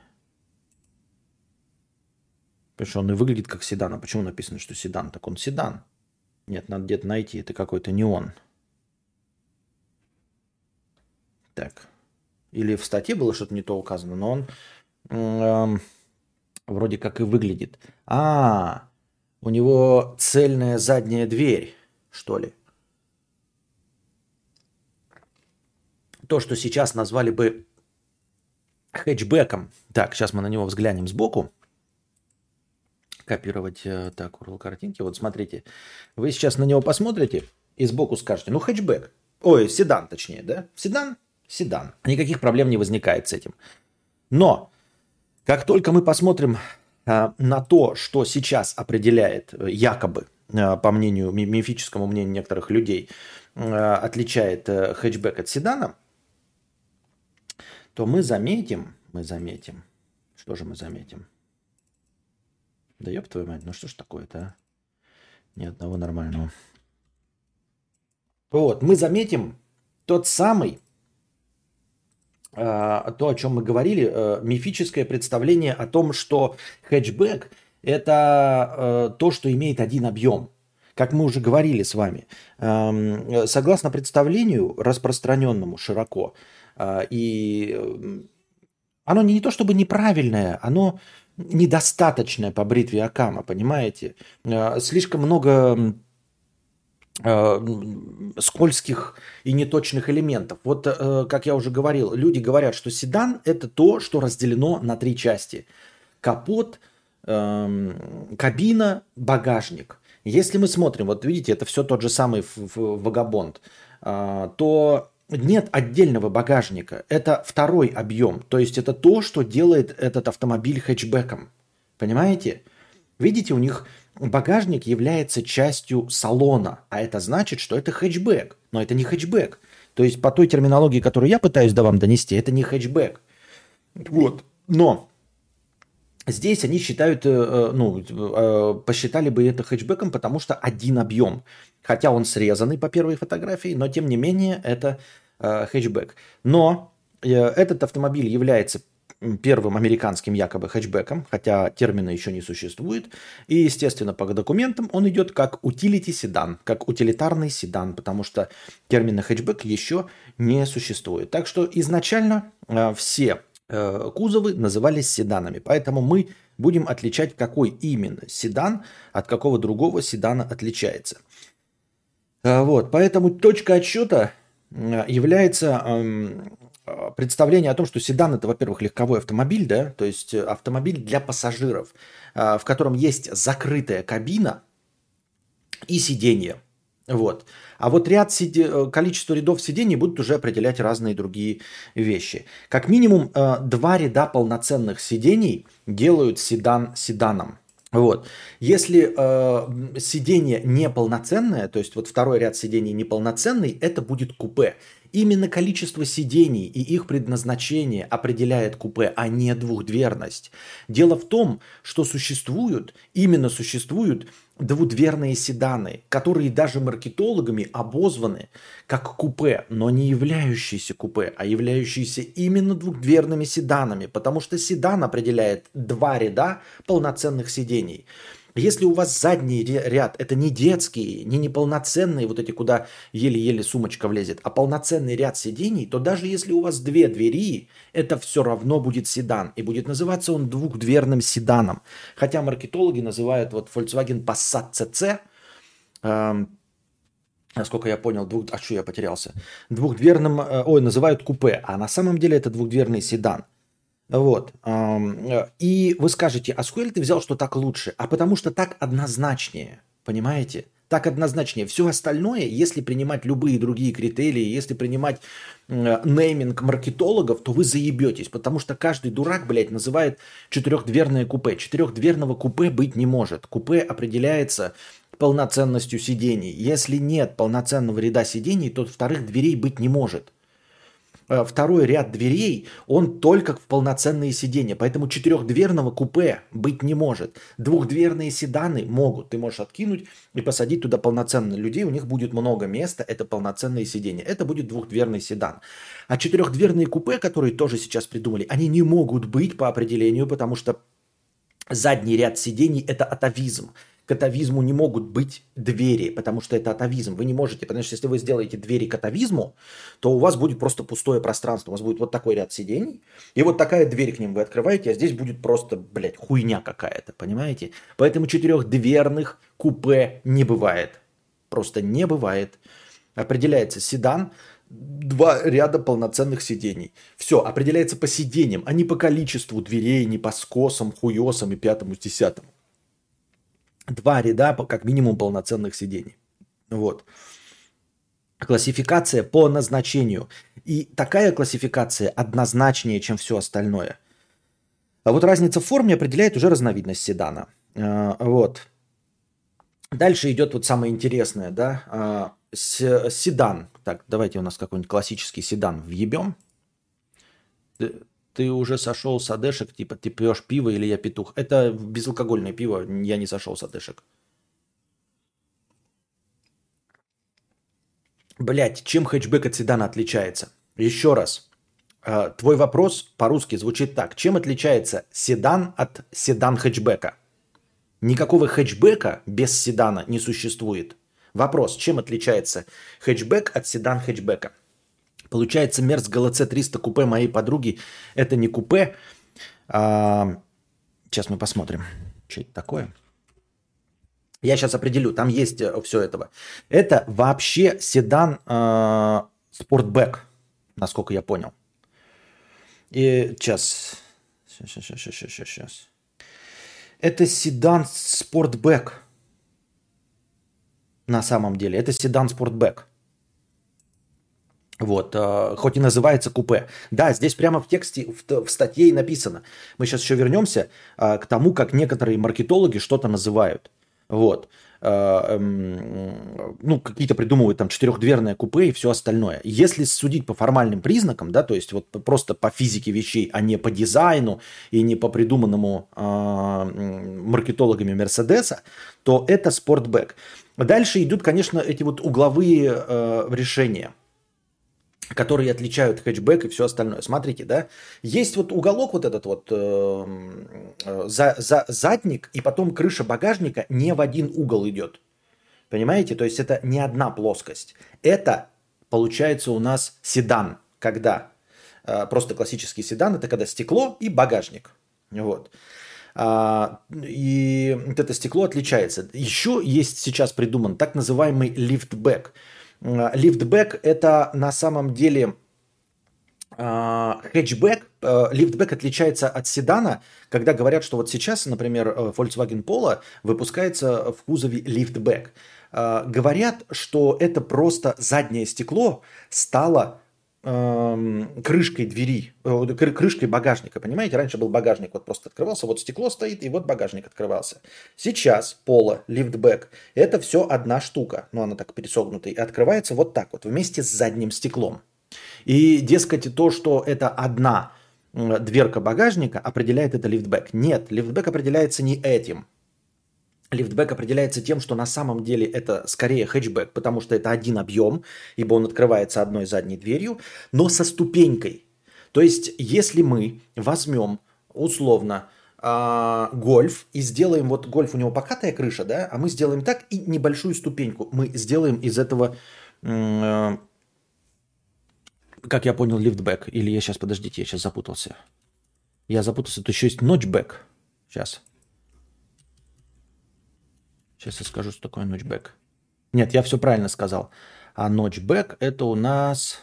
[SPEAKER 1] Потому что он и выглядит как седан. А почему написано, что седан? Так он седан. Нет, надо где-то найти. Это какой-то не он. Так. Или в статье было что-то не то указано, но он вроде как и выглядит. У него цельная задняя дверь, что ли. То, что сейчас назвали бы хэтчбеком. Так, сейчас мы на него взглянем сбоку. Копировать так URL картинки. Вот смотрите. Вы сейчас на него посмотрите и сбоку скажете, ну хэтчбэк. Ой, седан точнее, да? Седан? Седан. Никаких проблем не возникает с этим. Но как только мы посмотрим на то, что сейчас определяет якобы, по мнению, мифическому мнению некоторых людей, отличает хэтчбэк от седана, то мы заметим, что же мы заметим? Да ёб твою мать, ну что ж такое-то, а? Ни одного нормального. Вот, мы заметим тот самый, то, о чем мы говорили, мифическое представление о том, что хэтчбэк – это то, что имеет один объем. Как мы уже говорили с вами, согласно представлению, распространенному широко, И оно не то чтобы неправильное, оно недостаточное по бритве Акама, понимаете? Слишком много скользких и неточных элементов. Вот, как я уже говорил, люди говорят, что седан – это то, что разделено на три части. Капот, кабина, багажник. Если мы смотрим, вот видите, это все тот же самый вагабонд, то нет отдельного багажника. Это второй объем. То есть это то, что делает этот автомобиль хэтчбеком. Понимаете? Видите, у них багажник является частью салона, а это значит, что это хэтчбэк. Но это не хэтчбэк. То есть по той терминологии, которую я пытаюсь до вам донести, это не хэтчбэк. Вот. Но здесь они считают, посчитали бы это хэтчбеком, потому что один объем. Хотя он срезанный по первой фотографии, но тем не менее это хэтчбэк. Но этот автомобиль является первым американским якобы хэтчбеком, хотя термина еще не существует. И, естественно, по документам он идет как utility седан, как утилитарный седан, потому что термина хэтчбек еще не существует. Так что изначально все кузовы назывались седанами. Поэтому мы будем отличать, какой именно седан от какого другого седана отличается. Вот, поэтому точка отсчета является представление о том, что седан – это, во-первых, легковой автомобиль, да, то есть автомобиль для пассажиров, в котором есть закрытая кабина и сиденье. Вот. А вот количество рядов сидений будут уже определять разные другие вещи. Как минимум 2 ряда полноценных сидений делают седан седаном. Вот. Если сиденье неполноценное, то есть вот второй ряд сидений неполноценный, это будет купе. Именно количество сидений и их предназначение определяет купе, а не двухдверность. Дело в том, что существуют двудверные седаны, которые даже маркетологами обозваны как купе, но не являющиеся купе, а являющиеся именно двухдверными седанами, потому что седан определяет 2 ряда полноценных сидений. Если у вас задний ряд, это не детские, не неполноценные, вот эти, куда еле-еле сумочка влезет, а полноценный ряд сидений, то даже если у вас 2 двери, это все равно будет седан. И будет называться он двухдверным седаном. Хотя маркетологи называют вот Volkswagen Passat CC, насколько я понял, что я потерялся, двухдверным, называют купе, а на самом деле это двухдверный седан. Вот. И вы скажете, а сколько ты взял, что так лучше? А потому что так однозначнее, понимаете? Так однозначнее. Все остальное, если принимать любые другие критерии, если принимать нейминг маркетологов, то вы заебетесь, потому что каждый дурак, блядь, называет 4-дверное купе. 4-дверного купе быть не может. Купе определяется полноценностью сидений. Если нет полноценного ряда сидений, то вторых дверей быть не может. Второй ряд дверей, он только в полноценные сиденья. Поэтому 4-дверного купе быть не может. Двухдверные седаны могут. Ты можешь откинуть и посадить туда полноценных людей. У них будет много места. Это полноценные сиденья. Это будет двухдверный седан. А 4-дверные купе, которые тоже сейчас придумали, они не могут быть по определению, потому что задний ряд сидений – это атовизм. К атовизму не могут быть двери, потому что это атовизм. Вы не можете, потому что если вы сделаете двери к атовизму, то у вас будет просто пустое пространство. У вас будет вот такой ряд сидений, и вот такая дверь к ним вы открываете, а здесь будет просто, блядь, хуйня какая-то, понимаете? Поэтому 4-дверных купе не бывает. Просто не бывает. Определяется седан, 2 ряда полноценных сидений. Все, определяется по сиденьям, а не по количеству дверей, не по скосам, хуесам и 5-му, 10-му. 2 ряда, как минимум, полноценных сидений. Вот. Классификация по назначению. И такая классификация однозначнее, чем все остальное. А вот разница в форме определяет уже разновидность седана. Вот. Дальше идет вот самое интересное, да. Седан. Так, давайте у нас какой-нибудь классический седан въебем. Ты уже сошел с одешек, типа ты пьешь пиво или я петух. Это безалкогольное пиво, я не сошел с одешек. Блять, чем хэтчбэк от седана отличается? Еще раз. Твой вопрос по-русски звучит так. Чем отличается седан от седан-хэтчбэка? Никакого хэтчбэка без седана не существует. Вопрос, чем отличается хэтчбэк от седан-хэтчбэка? Получается, Мерс ГЛЦ 300 купе моей подруги это не купе. Сейчас мы посмотрим, что это такое. Я сейчас определю, там есть все этого. Это вообще седан спортбэк, насколько я понял. И сейчас. Это седан спортбэк. На самом деле. Это седан спортбэк. Вот, хоть и называется купе. Да, здесь прямо в тексте, в статье и написано. Мы сейчас еще вернемся к тому, как некоторые маркетологи что-то называют. Вот. Ну, какие-то придумывают там четырехдверное купе и все остальное. Если судить по формальным признакам, да, то есть вот просто по физике вещей, а не по дизайну и не по придуманному маркетологами Мерседеса, то это спортбэк. Дальше идут, конечно, эти вот угловые решения, которые отличают хэтчбэк и все остальное. Смотрите, да, есть вот уголок вот этот вот задник, и потом крыша багажника не в один угол идет. Понимаете? То есть это не одна плоскость. Это получается у нас седан, когда просто классический седан, это когда стекло и багажник. Вот. И вот это стекло отличается. Еще есть сейчас придуман так называемый лифтбэк. Лифтбэк это на самом деле хэтчбэк. Лифтбэк отличается от седана, когда говорят, что вот сейчас, например, Volkswagen Polo выпускается в кузове лифтбэк. Говорят, что это просто заднее стекло стало крышкой двери, крышкой багажника, понимаете? Раньше был багажник, вот просто открывался, вот стекло стоит, и вот багажник открывался. Сейчас Polo, лифтбэк, это все одна штука, но она так пересогнутая, и открывается вот так вот, вместе с задним стеклом. И, дескать, то, что это одна дверка багажника, определяет это лифтбэк. Нет, лифтбэк определяется не этим. Лифтбэк определяется тем, что на самом деле это скорее хэтчбэк, потому что это один объем, ибо он открывается одной задней дверью, но со ступенькой. То есть, если мы возьмем условно гольф и сделаем, вот гольф у него покатая крыша, да, а мы сделаем так и небольшую ступеньку. Мы сделаем из этого, как я понял, лифтбэк. Или я сейчас, подождите, я сейчас запутался. Я запутался, тут еще есть нотчбэк. Сейчас я скажу, что такое нотчбэк. Нет, я все правильно сказал. А нотчбэк это у нас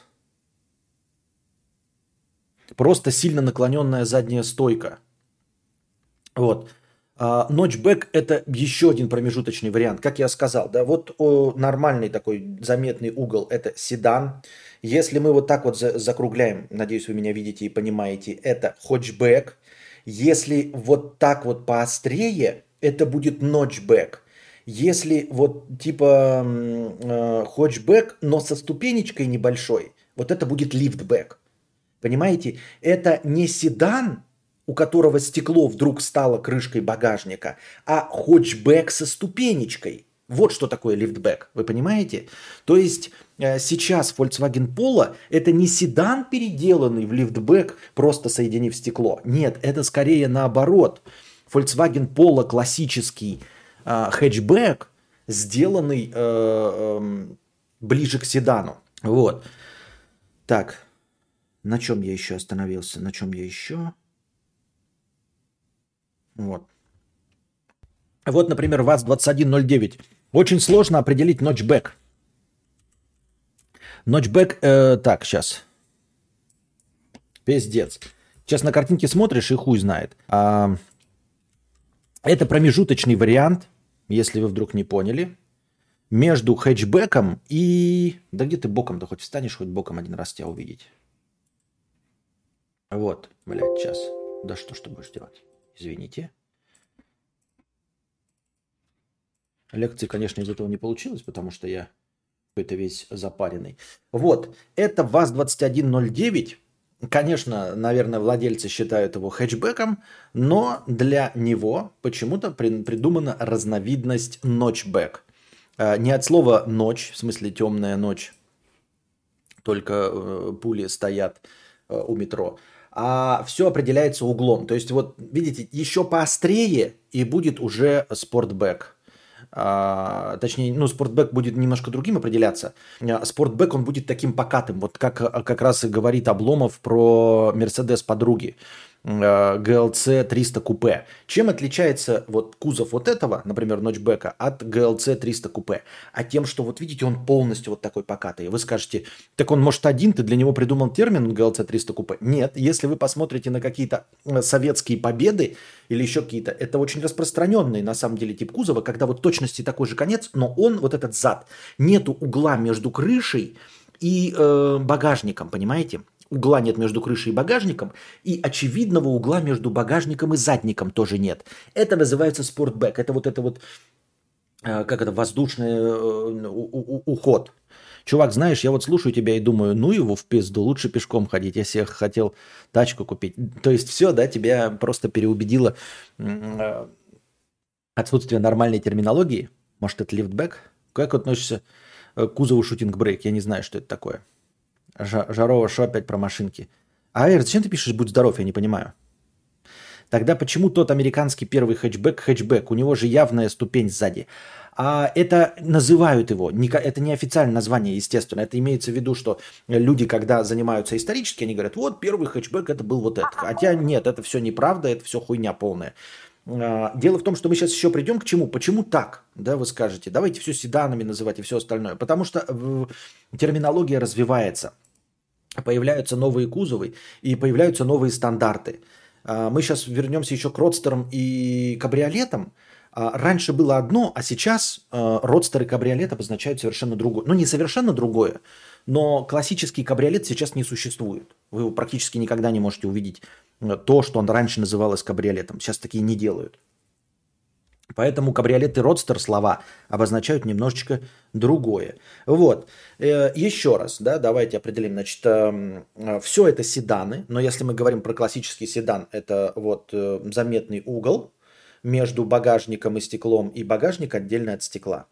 [SPEAKER 1] просто сильно наклоненная задняя стойка. Вот. Нотчбэк это еще один промежуточный вариант. Как я сказал, да, вот нормальный такой заметный угол это седан. Если мы вот так вот закругляем, надеюсь, вы меня видите и понимаете, это хэтчбэк. Если вот так вот поострее, это будет нотчбэк. Если вот типа хэтчбэк, но со ступенечкой небольшой, вот это будет лифтбэк. Понимаете? Это не седан, у которого стекло вдруг стало крышкой багажника, а хэтчбэк со ступенечкой. Вот что такое лифтбэк. Вы понимаете? То есть сейчас Volkswagen Polo это не седан, переделанный в лифтбэк, просто соединив стекло. Нет, это скорее наоборот. Volkswagen Polo классический хэтчбэк, сделанный ближе к седану. Вот. Так. На чем я еще остановился? На чем я еще? Вот. Вот, например, ВАЗ-2109. Очень сложно определить нотчбэк. Нотчбэк... так, сейчас. Пиздец. Сейчас на картинке смотришь и хуй знает. Это промежуточный вариант, если вы вдруг не поняли, между хэтчбэком и... Да где ты боком-то хоть встанешь, хоть боком один раз тебя увидеть. Вот, блядь, сейчас. Да что ж ты будешь делать? Извините. Лекции, конечно, из этого не получилось, потому что я какой-то весь запаренный. Вот, это ВАЗ-2109. Конечно, наверное, владельцы считают его хэтчбэком, но для него почему-то придумана разновидность нотчбэк. Не от слова ночь, в смысле темная ночь, только пули стоят у метро, а все определяется углом. То есть вот, видите, еще поострее и будет уже спортбэк. точнее, ну, спортбэк будет немножко другим определяться. Спортбэк, он будет таким покатым, вот как раз и говорит Обломов про Мерседес подруги. GLC 300 купе. Чем отличается вот кузов вот этого, например, нотчбека, от GLC 300 купе? А тем, что вот видите, он полностью вот такой покатый. Вы скажете, так он может один, ты для него придумал термин GLC 300 купе? Нет, если вы посмотрите на какие-то советские победы или еще какие-то, это очень распространенный на самом деле тип кузова, когда вот точности такой же конец, но он, вот этот зад, нету угла между крышей и багажником, понимаете? Угла нет между крышей и багажником, и очевидного угла между багажником и задником тоже нет. Это называется спортбэк. Это вот как это, воздушный уход. Чувак, знаешь, я вот слушаю тебя и думаю, ну его в пизду, лучше пешком ходить, я себе хотел тачку купить. То есть все, да, тебя просто переубедило отсутствие нормальной терминологии. Может, это лифтбэк? Как относишься к кузову шутинг-брейк? Я не знаю, что это такое. Жарова, что опять про машинки? Аэр, зачем ты пишешь «будь здоров», я не понимаю. Тогда почему тот американский первый хэтчбэк? У него же явная ступень сзади. А это называют его, это не официальное название, естественно. Это имеется в виду, что люди, когда занимаются исторически, они говорят, вот первый хэтчбэк это был вот этот. Хотя нет, это все неправда, это все хуйня полная. Дело в том, что мы сейчас еще придем к чему. Почему так? Да, вы скажете, давайте все седанами называть и все остальное. Потому что терминология развивается. Появляются новые кузовы и появляются новые стандарты. Мы сейчас вернемся еще к родстерам и кабриолетам. Раньше было одно, а сейчас родстер и кабриолет обозначают совершенно другое. Ну, не совершенно другое, но классический кабриолет сейчас не существует. Вы его практически никогда не можете увидеть то, что он раньше называлось кабриолетом. Сейчас такие не делают. Поэтому кабриолет и родстер слова обозначают немножечко другое. Вот. Еще раз, да, давайте определим. Значит, все это седаны, но если мы говорим про классический седан, это вот заметный угол между багажником и стеклом, и багажник отдельно от стекла.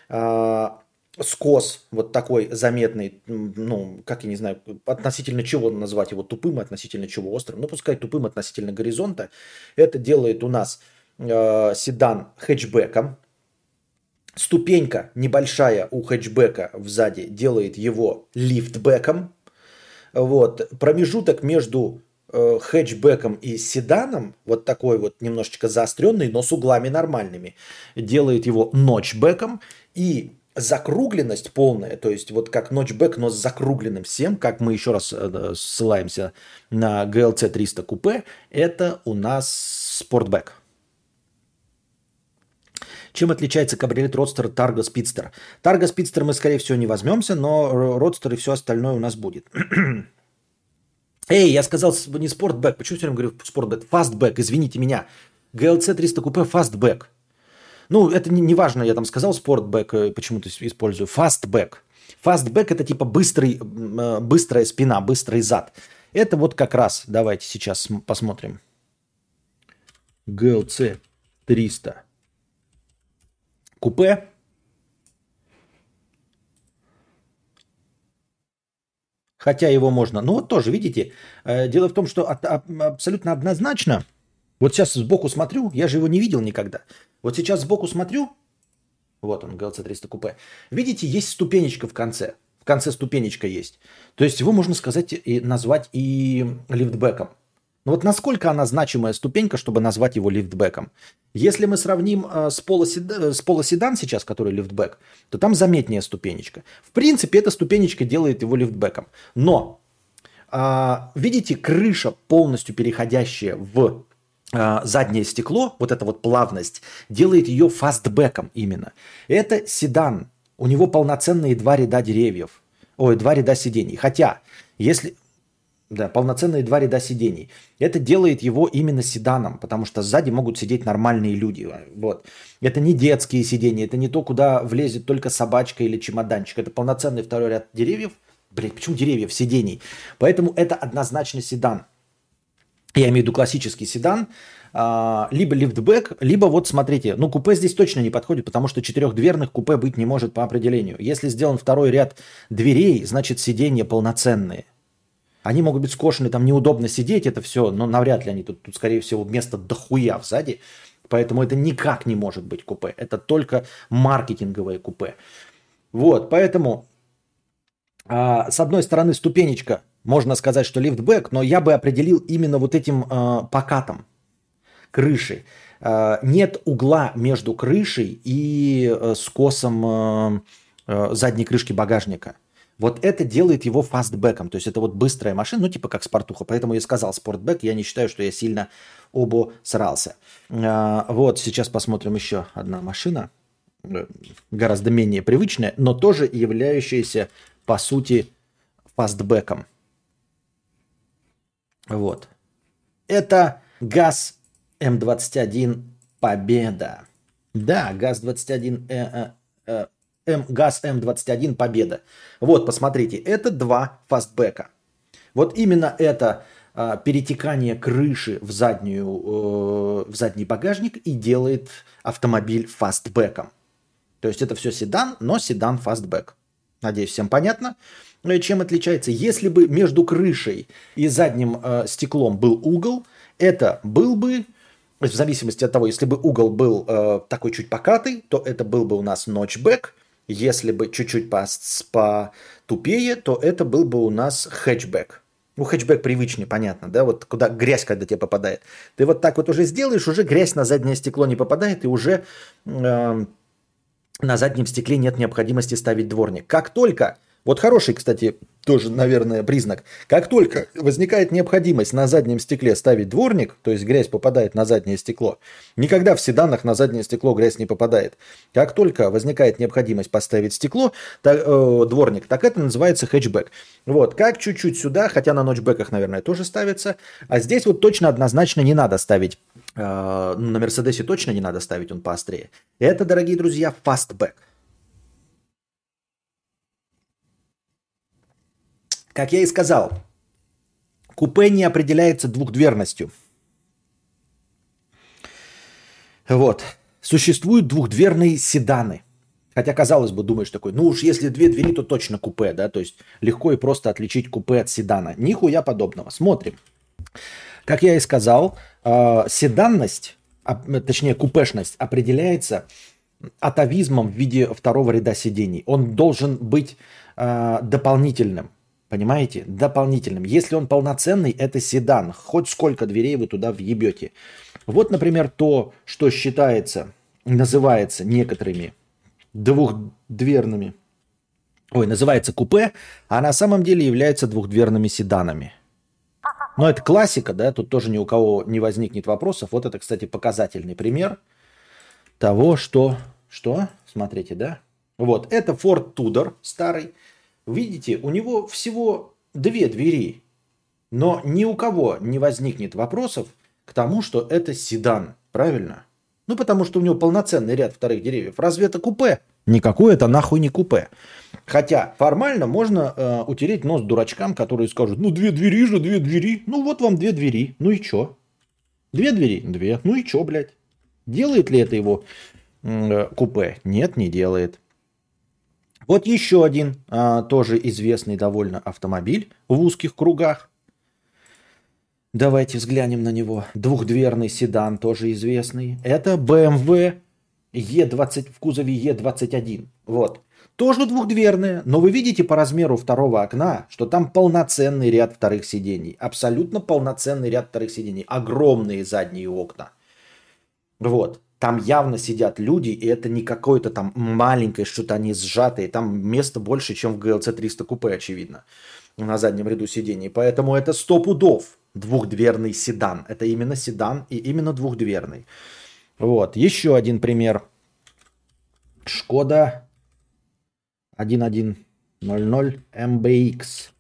[SPEAKER 1] Скос вот такой заметный, ну, как я не знаю, относительно чего назвать его тупым, относительно чего острым. Ну, пускай тупым относительно горизонта. Это делает у нас седан хэтчбеком. Ступенька небольшая у хэтчбека сзади делает его лифтбеком. Вот. Промежуток между хэтчбеком и седаном, вот такой вот немножечко заостренный, но с углами нормальными, делает его нотчбеком. И закругленность полная, то есть вот как нотчбэк, но с закругленным всем, как мы еще раз ссылаемся на GLC 300 купе, это у нас спортбэк. Чем отличается кабриолет Родстер от Тарго Спидстер? Тарго Спидстер мы, скорее всего, не возьмемся, но Родстер и все остальное у нас будет. Эй, я сказал не спортбэк. Почему все время говорю спортбэк? Фастбэк, извините меня. GLC 300 купе фастбэк. Ну, это не важно, я там сказал спортбэк, почему-то использую. Фастбэк. Фастбэк это типа быстрая спина, быстрый зад. Это вот как раз, давайте сейчас посмотрим. GLC 300 купе. Хотя его можно... Ну вот тоже, видите, дело в том, что абсолютно однозначно... Вот сейчас сбоку смотрю, я же его не видел никогда. Вот сейчас сбоку смотрю, вот он, GLC 300 купе. Видите, есть ступенечка в конце. В конце ступенечка есть. То есть его можно сказать и назвать и лифтбеком. Но вот насколько она значимая ступенька, чтобы назвать его лифтбеком? Если мы сравним с полоседан сейчас, который лифтбэк, то там заметнее ступенечка. В принципе, эта ступенечка делает его лифтбеком. Но, видите, крыша, полностью переходящая в заднее стекло, вот эта вот плавность, делает ее фастбэком именно. Это седан. У него полноценные два ряда деревьев. Ой, два ряда сидений. Хотя, если... Да, полноценные два ряда сидений. Это делает его именно седаном, потому что сзади могут сидеть нормальные люди. Вот. Это не детские сидения, это не то, куда влезет только собачка или чемоданчик. Это полноценный второй ряд деревьев. Блин, почему деревьев? Сидений. Поэтому это однозначно седан. Я имею в виду классический седан. Либо лифтбэк, либо вот смотрите. Ну, купе здесь точно не подходит, потому что четырехдверных купе быть не может по определению. Если сделан второй ряд дверей, значит сиденья полноценные. Они могут быть скошены, там неудобно сидеть, это все, но навряд ли они тут скорее всего, место дохуя сзади. Поэтому это никак не может быть купе. Это только маркетинговое купе. Вот, поэтому с одной стороны ступенечка, можно сказать, что лифтбэк, но я бы определил именно вот этим покатом крыши. Нет угла между крышей и скосом задней крышки багажника. Вот это делает его фастбэком. То есть это вот быстрая машина, ну типа как спортуха. Поэтому я и сказал спортбэк. Я не считаю, что я сильно обосрался. Вот сейчас посмотрим еще одна машина. Гораздо менее привычная, но тоже являющаяся по сути фастбэком. Вот. Это ГАЗ М21 Победа. Да, ГАЗ-21, ГАЗ М21 Победа. Вот, посмотрите, это два фастбэка. Вот именно это перетекание крыши в задний багажник и делает автомобиль фастбэком. То есть это все седан, но седан фастбэк. Надеюсь, всем понятно, чем отличается. Если бы между крышей и задним стеклом был угол, это был бы, в зависимости от того, если бы угол был такой чуть покатый, то это был бы у нас нотчбэк. Если бы чуть-чуть потупее, то это был бы у нас хэтчбэк. Ну, хэтчбэк привычнее, понятно, да, вот куда грязь, когда тебе попадает. Ты вот так вот уже сделаешь, уже грязь на заднее стекло не попадает, и уже на заднем стекле нет необходимости ставить дворник. Как только, вот хороший, кстати, тоже, наверное, признак, как только возникает необходимость на заднем стекле ставить дворник, то есть грязь попадает на заднее стекло, никогда в седанах на заднее стекло грязь не попадает. Как только возникает необходимость поставить стекло, дворник, так это называется хэтчбэк. Вот, как чуть-чуть сюда, хотя на нотчбэках, наверное, тоже ставится, а здесь вот точно однозначно не надо ставить, на Мерседесе точно не надо ставить, он поострее. Это, дорогие друзья, фастбэк. Как я и сказал, купе не определяется двухдверностью. Вот. Существуют двухдверные седаны. Хотя, казалось бы, думаешь такой, ну уж если две двери, то точно купе, да? То есть легко и просто отличить купе от седана. Нихуя подобного. Смотрим. Как я и сказал, седанность, точнее купешность определяется атовизмом в виде второго ряда сидений. Он должен быть дополнительным. Понимаете? Дополнительным. Если он полноценный, это седан. Хоть сколько дверей вы туда въебете. Вот, например, то, что считается, называется некоторыми двухдверными, называется купе, а на самом деле является двухдверными седанами. Но это классика, да, тут тоже ни у кого не возникнет вопросов. Вот это, кстати, показательный пример того, что... Что? Смотрите, да? Вот, это Ford Tudor старый. Видите, у него всего две двери, но ни у кого не возникнет вопросов к тому, что это седан, правильно? Ну, потому что у него полноценный ряд вторых деревьев. Разве это купе? Никакое это нахуй не купе. Хотя формально можно утереть нос дурачкам, которые скажут, ну, две двери же, две двери. Ну, вот вам две двери. Ну и чё? Две двери? Две. Ну и чё, блядь? Делает ли это его купе? Нет, не делает. Вот еще один тоже известный довольно автомобиль в узких кругах. Давайте взглянем на него. Двухдверный седан тоже известный. Это BMW E20 в кузове E21. Вот. Тоже двухдверная, но вы видите по размеру второго окна, что там полноценный ряд вторых сидений. Абсолютно полноценный ряд вторых сидений. Огромные задние окна. Вот. Там явно сидят люди, и это не какое-то там маленькое, что-то они сжатые. Там места больше, чем в GLC 300 купе, очевидно, на заднем ряду сидений. Поэтому это 100 пудов двухдверный седан. Это именно седан и именно двухдверный. Вот. Еще один пример. Шкода 1100 MBX.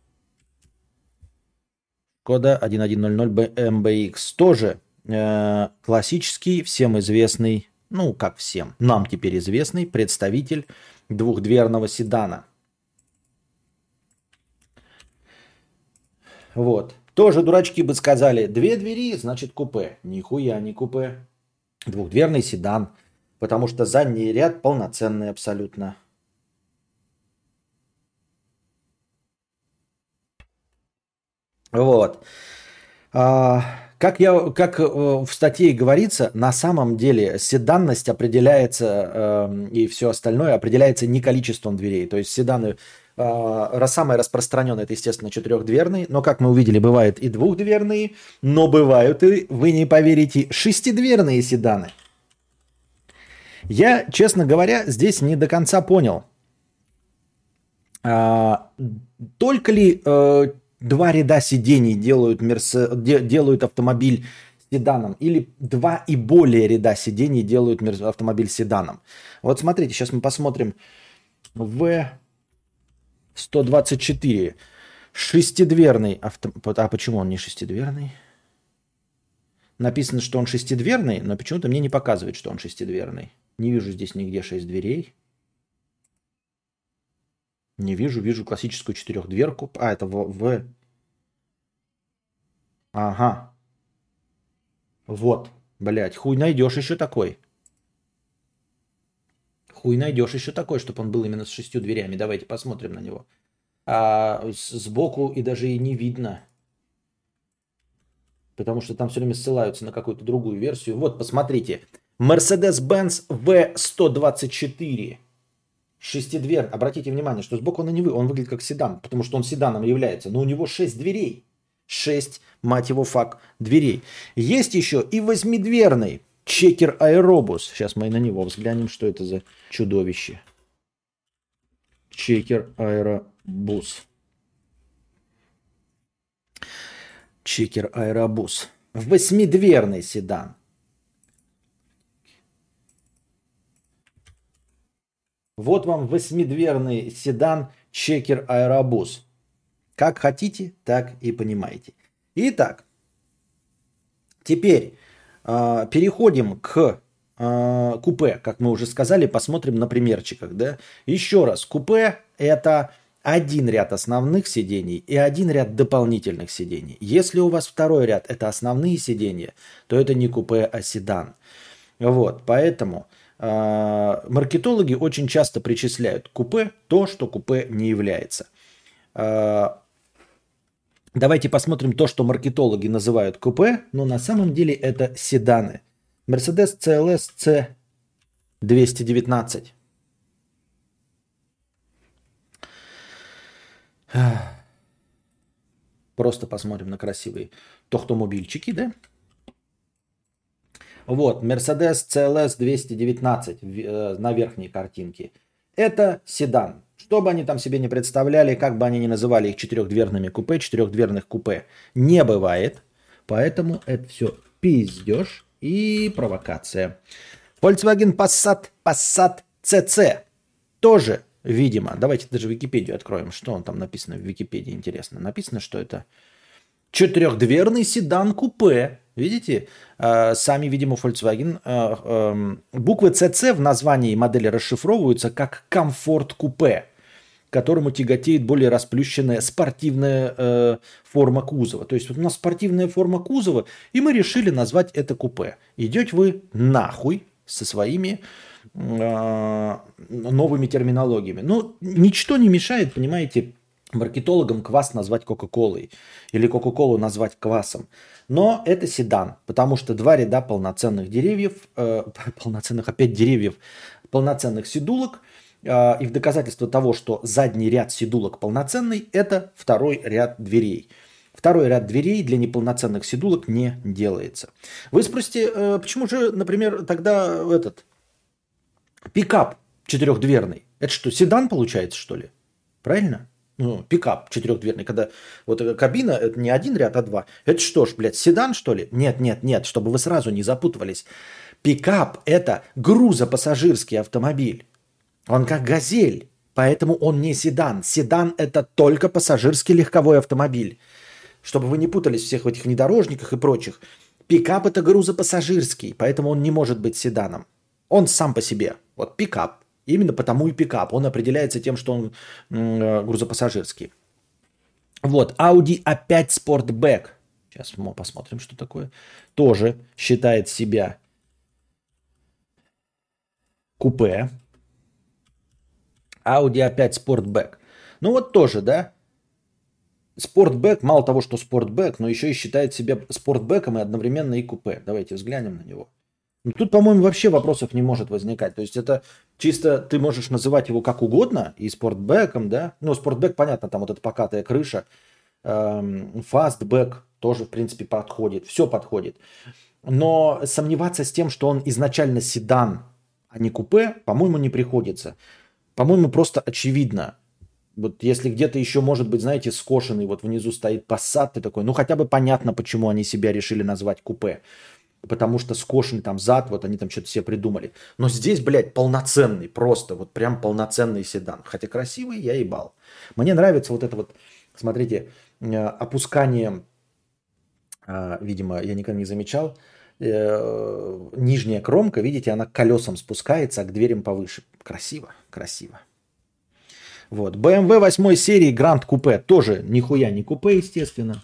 [SPEAKER 1] Шкода 1100 MBX. Тоже классический, всем известный, ну как всем, нам теперь известный представитель двухдверного седана. Вот. Тоже дурачки бы сказали, две двери, значит купе. Нихуя не купе. Двухдверный седан. Потому что задний ряд полноценный абсолютно. Вот. как в статье и говорится, на самом деле седанность определяется и все остальное определяется не количеством дверей. То есть седаны самые распространенные это, естественно, четырехдверные, но, как мы увидели, бывают и двухдверные, но бывают и, вы не поверите, шестидверные седаны. Я, честно говоря, здесь не до конца понял, только ли два ряда сидений делают автомобиль седаном, или два и более ряда сидений делают автомобиль седаном. Вот смотрите, сейчас мы посмотрим В124. Шестидверный автомобиль. А почему он не шестидверный? Написано, что он шестидверный, но почему-то мне не показывает, что он шестидверный. Не вижу здесь нигде 6 дверей. Не вижу. Вижу классическую четырехдверку. А, это в... Ага. Вот. Блять, хуй найдешь еще такой. Хуй найдешь еще такой, чтобы он был именно с 6 дверями. Давайте посмотрим на него. А сбоку и даже и не видно. Потому что там все время ссылаются на какую-то другую версию. Вот, посмотрите. Mercedes-Benz V124. Шестидверный. Обратите внимание, что сбоку он выглядит как седан, потому что он седаном является. Но у него 6 дверей. 6, мать его, дверей. Есть еще и восьмидверный Checker Aerobus. Сейчас мы на него взглянем, что это за чудовище. Checker Aerobus. Checker Aerobus. Восьмидверный седан. Вот вам восьмидверный седан Checker Aerobus. Как хотите, так и понимаете. Итак, теперь переходим к купе. Как мы уже сказали, посмотрим на примерчиках. Да? Еще раз, купе это один ряд основных сидений и один ряд дополнительных сидений. Если у вас второй ряд это основные сидения, то это не купе, а седан. Вот, поэтому маркетологи очень часто причисляют к купе то, что купе не является. Давайте посмотрим то, что маркетологи называют купе, но на самом деле это седаны. Mercedes CLS C219. Просто посмотрим на красивые тохтомобильчики, да? Вот, Mercedes CLS 219 на верхней картинке. Это седан. Что бы они там себе не представляли, как бы они ни называли их четырехдверными купе, четырехдверных купе не бывает. Поэтому это все пиздеж и провокация. Volkswagen Passat CC тоже, видимо. Давайте даже Википедию откроем. Что он там написано в Википедии, интересно. Написано, что это четырехдверный седан-купе. Видите? Сами, видимо, Volkswagen. Буквы CC в названии модели расшифровываются как комфорт-купе, к которому тяготеет более расплющенная спортивная форма кузова. То есть вот у нас спортивная форма кузова, и мы решили назвать это купе. Идете вы нахуй со своими новыми терминологиями. Но ничто не мешает, понимаете, маркетологам квас назвать Кока-Колой или Кока-Колу назвать квасом. Но это седан, потому что два ряда полноценных деревьев, полноценных седулок. И в доказательство того, что задний ряд седулок полноценный, это второй ряд дверей. Второй ряд дверей для неполноценных седулок не делается. Вы спросите, почему же, например, тогда этот пикап четырехдверный? Это что, седан получается, что ли? Правильно? Ну, пикап четырехдверный, когда вот кабина, это не один ряд, а два. Это что ж, блядь, седан, что ли? Нет, чтобы вы сразу не запутывались. Пикап – это грузопассажирский автомобиль. Он как «Газель», поэтому он не седан. Седан – это только пассажирский легковой автомобиль. Чтобы вы не путались всех в этих внедорожниках и прочих. Пикап – это грузопассажирский, поэтому он не может быть седаном. Он сам по себе. Вот пикап. Именно потому и пикап. Он определяется тем, что он грузопассажирский. Вот, Audi A5 Sportback. Сейчас мы посмотрим, что такое. Тоже считает себя купе. Audi A5 Sportback. Ну вот тоже, да? Спортбэк, мало того, что спортбэк, но еще и считает себя спортбэком и одновременно и купе. Давайте взглянем на него. Ну, тут, по-моему, вообще вопросов не может возникать. То есть это чисто ты можешь называть его как угодно, и спортбэком, да. Ну, спортбэк, понятно, там вот эта покатая крыша. Фастбэк тоже, в принципе, подходит. Все подходит. Но сомневаться с тем, что он изначально седан, а не купе, по-моему, не приходится. По-моему, просто очевидно. Вот если где-то еще может быть, знаете, скошенный, вот внизу стоит Passat, ты такой, ну хотя бы понятно, почему они себя решили назвать купе. Потому что скошенный там зад, вот они там что-то себе придумали. Но здесь, блядь, полноценный, просто вот прям полноценный седан. Хотя красивый, я ебал. Мне нравится вот это вот, смотрите, опускание, видимо, я никогда не замечал, нижняя кромка, видите, она к колесам спускается, а к дверям повыше. Красиво, красиво. Вот. BMW 8 серии Grand Coupe. Тоже нихуя не купе, естественно.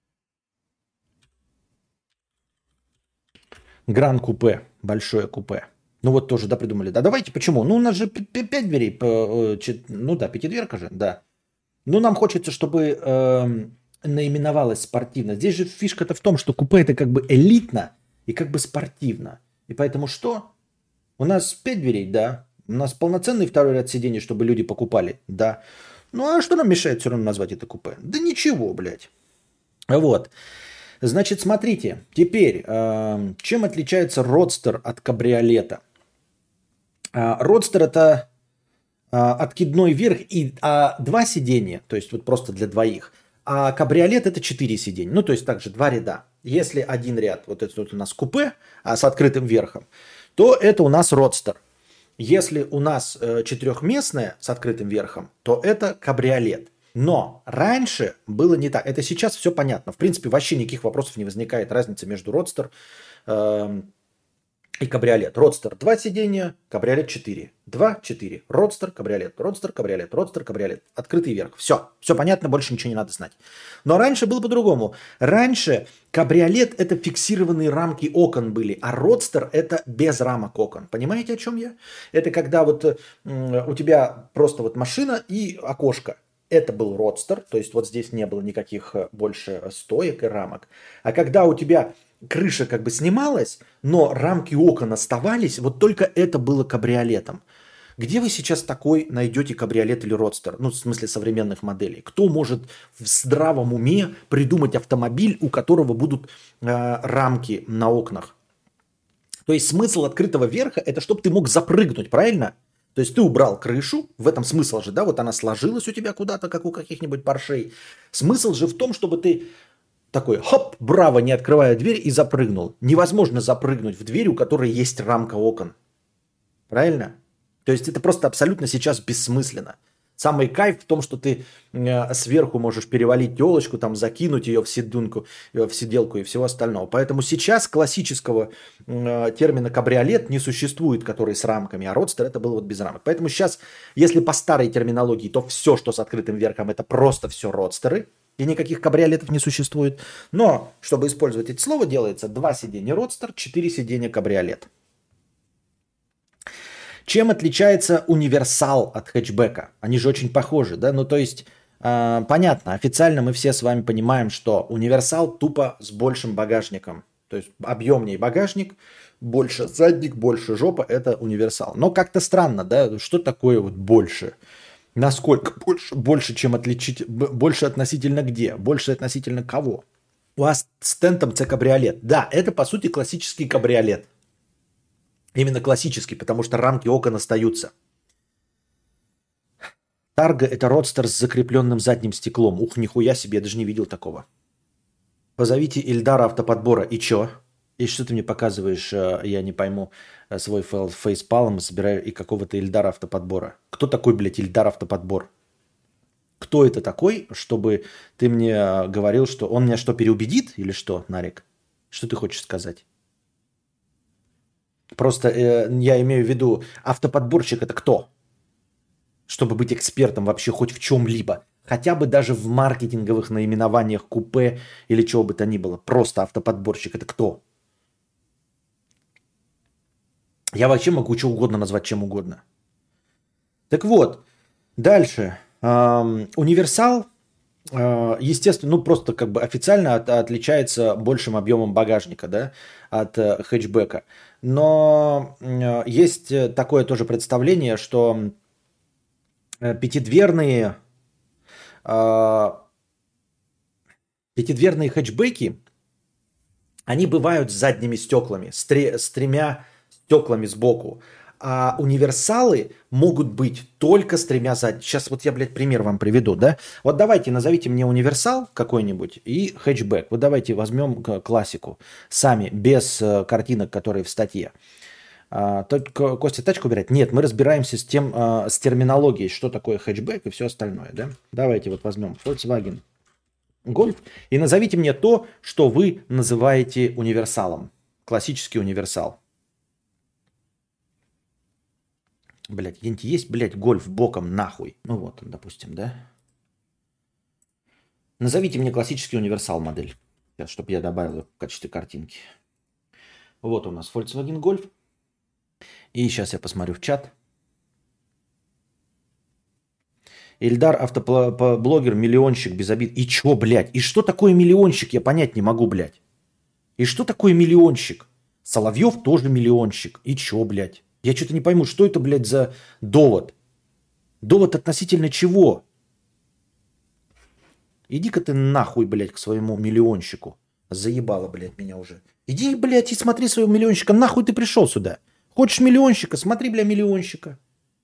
[SPEAKER 1] Grand Coupe. Большое купе. Ну вот тоже, да, придумали. Да давайте, почему? Ну у нас же 5 дверей. Ну да, пятидверка же, да. Ну нам хочется, чтобы наименовалось спортивно. Здесь же фишка-то в том, что купе это как бы элитно и как бы спортивно. И поэтому что? У нас 5 дверей, да. У нас полноценный второй ряд сидений, чтобы люди покупали, да. Ну а что нам мешает все равно назвать это купе? Да ничего, блядь. Вот. Значит, смотрите, теперь, чем отличается родстер от кабриолета? Родстер это откидной верх и два сидения, то есть вот просто для двоих. А кабриолет это 4 сиденья, ну то есть также два ряда. Если один ряд, вот это вот у нас купе с открытым верхом, то это у нас родстер. Если у нас четырехместное с открытым верхом, то это кабриолет. Но раньше было не так. Это сейчас все понятно. В принципе, вообще никаких вопросов не возникает. Разница между родстер и кабриолет. Родстер 2 сиденья, кабриолет 4. 2, 4. Родстер, кабриолет, родстер, кабриолет, родстер, кабриолет. Открытый верх. Все. Все понятно, больше ничего не надо знать. Но раньше было по-другому. Раньше кабриолет это фиксированные рамки окон были, а родстер это без рамок окон. Понимаете, о чем я? Это когда вот у тебя просто вот машина и окошко. Это был родстер, то есть вот здесь не было никаких больше стоек и рамок. А когда у тебя крыша как бы снималась, но рамки окон оставались, вот только это было кабриолетом. Где вы сейчас такой найдете кабриолет или родстер? Ну, в смысле современных моделей. Кто может в здравом уме придумать автомобиль, у которого будут рамки на окнах? То есть смысл открытого верха – это чтобы ты мог запрыгнуть, правильно? То есть ты убрал крышу, в этом смысл же, да, вот она сложилась у тебя куда-то, как у каких-нибудь паршей. Смысл же в том, чтобы ты такой, хоп, браво, не открывая дверь и запрыгнул. Невозможно запрыгнуть в дверь, у которой есть рамка окон. Правильно? То есть это просто абсолютно сейчас бессмысленно. Самый кайф в том, что ты сверху можешь перевалить телочку, там закинуть ее в сидунку, в сиделку и всего остального. Поэтому сейчас классического термина кабриолет не существует, который с рамками, а родстер это было вот без рамок. Поэтому сейчас, если по старой терминологии, то все, что с открытым верхом, это просто все родстеры, и никаких кабриолетов не существует. Но, чтобы использовать это слово, делается 2 сиденья родстер, 4 сиденья кабриолет. Чем отличается универсал от хэтчбека? Они же очень похожи, да? Ну, то есть, понятно, официально мы все с вами понимаем, что универсал тупо с большим багажником. То есть, объемнее багажник, больше задник, больше жопа – это универсал. Но как-то странно, да? Что такое вот больше? Насколько больше? Больше, чем отличить? Больше относительно где? Больше относительно кого? У вас с тентом это кабриолет. Да, это, по сути, классический кабриолет. Именно классический, потому что рамки окон остаются. Тарго – это родстер с закрепленным задним стеклом. Ух, нихуя себе, я даже не видел такого. Позовите Ильдара автоподбора. И чё? И что ты мне показываешь, я не пойму, свой фейспалм собираю и какого-то Ильдара автоподбора. Кто такой, блядь, Ильдар автоподбор? Кто это такой, чтобы ты мне говорил, что он меня что, переубедит или что, Нарик? Что ты хочешь сказать? Просто я имею в виду, автоподборщик это кто? Чтобы быть экспертом вообще хоть в чем-либо. Хотя бы даже в маркетинговых наименованиях купе или чего бы то ни было. Просто автоподборщик это кто? Я вообще могу что угодно назвать чем угодно. Так вот, дальше. Универсал естественно, ну просто как бы официально отличается большим объемом багажника, да, от хэтчбека. Но есть такое тоже представление, что пятидверные, э, пятидверные хэтчбеки, они бывают с задними стеклами, с тремя стеклами сбоку. А универсалы могут быть только с тремя задними. Сейчас вот я, блядь, пример вам приведу, да? Вот давайте назовите мне универсал какой-нибудь и хэтчбэк. Вот давайте возьмем классику сами, без картинок, которые в статье. Только Костя тачку убирать? Нет, мы разбираемся с тем, с терминологией, что такое хэтчбэк и все остальное, да? Давайте вот возьмем Volkswagen Golf и назовите мне то, что вы называете универсалом. Классический универсал. Блять, где-нибудь есть, блядь, гольф боком нахуй. Ну вот он, допустим, да? Назовите мне классический универсал модель. Сейчас, чтобы я добавил ее в качестве картинки. Вот у нас Volkswagen Golf. И сейчас я посмотрю в чат. Ильдар, автоблогер, миллионщик без обид. И чё, блядь? И что такое миллионщик? Я понять не могу, блядь. И что такое миллионщик? Соловьев тоже миллионщик. И чё, блядь? Я что-то не пойму, что это, блядь, за довод? Довод относительно чего? Иди-ка ты нахуй, блядь, к своему миллионщику. Заебало, блядь, меня уже. Иди, блядь, и смотри своего миллионщика. Нахуй ты пришел сюда? Хочешь миллионщика? Смотри, бля, миллионщика.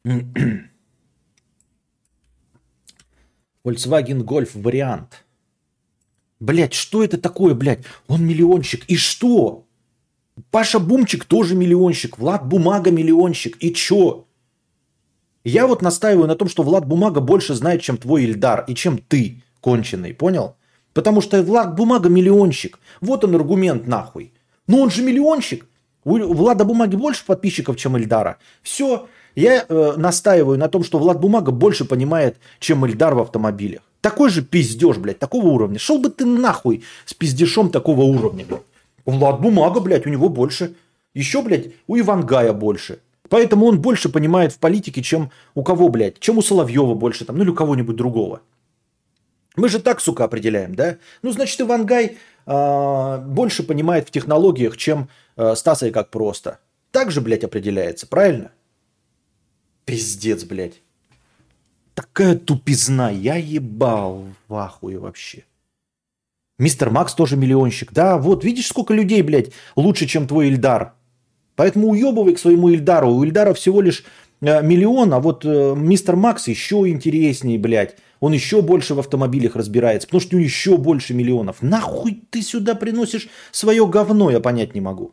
[SPEAKER 1] Volkswagen Golf вариант. Блядь, что это такое, блядь? Он миллионщик. И что? Паша Бумчик тоже миллионщик. Влад Бумага миллионщик. И чё? Я вот настаиваю на том, что Влад Бумага больше знает, чем твой Ильдар. И чем ты, конченый. Понял? Потому что Влад Бумага миллионщик. Вот он аргумент нахуй. Ну он же миллионщик. У Влада Бумаги больше подписчиков, чем Ильдара. Все. Я настаиваю на том, что Влад Бумага больше понимает, чем Ильдар в автомобилях. Такой же пиздеж, блядь, такого уровня. Шел бы ты нахуй с пиздешом такого уровня, блядь. Влад Бумага, блядь, у него больше. Еще, блядь, у Ивангая больше. Поэтому он больше понимает в политике, чем у кого, блядь, чем у Соловьева больше, там, ну или у кого-нибудь другого. Мы же так, сука, определяем, да? Ну, значит, Ивангай больше понимает в технологиях, чем Стаса и как просто. Так же, блядь, определяется, правильно? Пиздец, блядь. Такая тупизна, я ебал в ахуе вообще. Мистер Макс тоже миллионщик. Да, вот, видишь, сколько людей, блядь, лучше, чем твой Ильдар. Поэтому уебывай к своему Ильдару. У Ильдара всего лишь миллион, а вот мистер Макс еще интереснее, блядь. Он еще больше в автомобилях разбирается, потому что у него еще больше миллионов. Нахуй ты сюда приносишь свое говно, я понять не могу.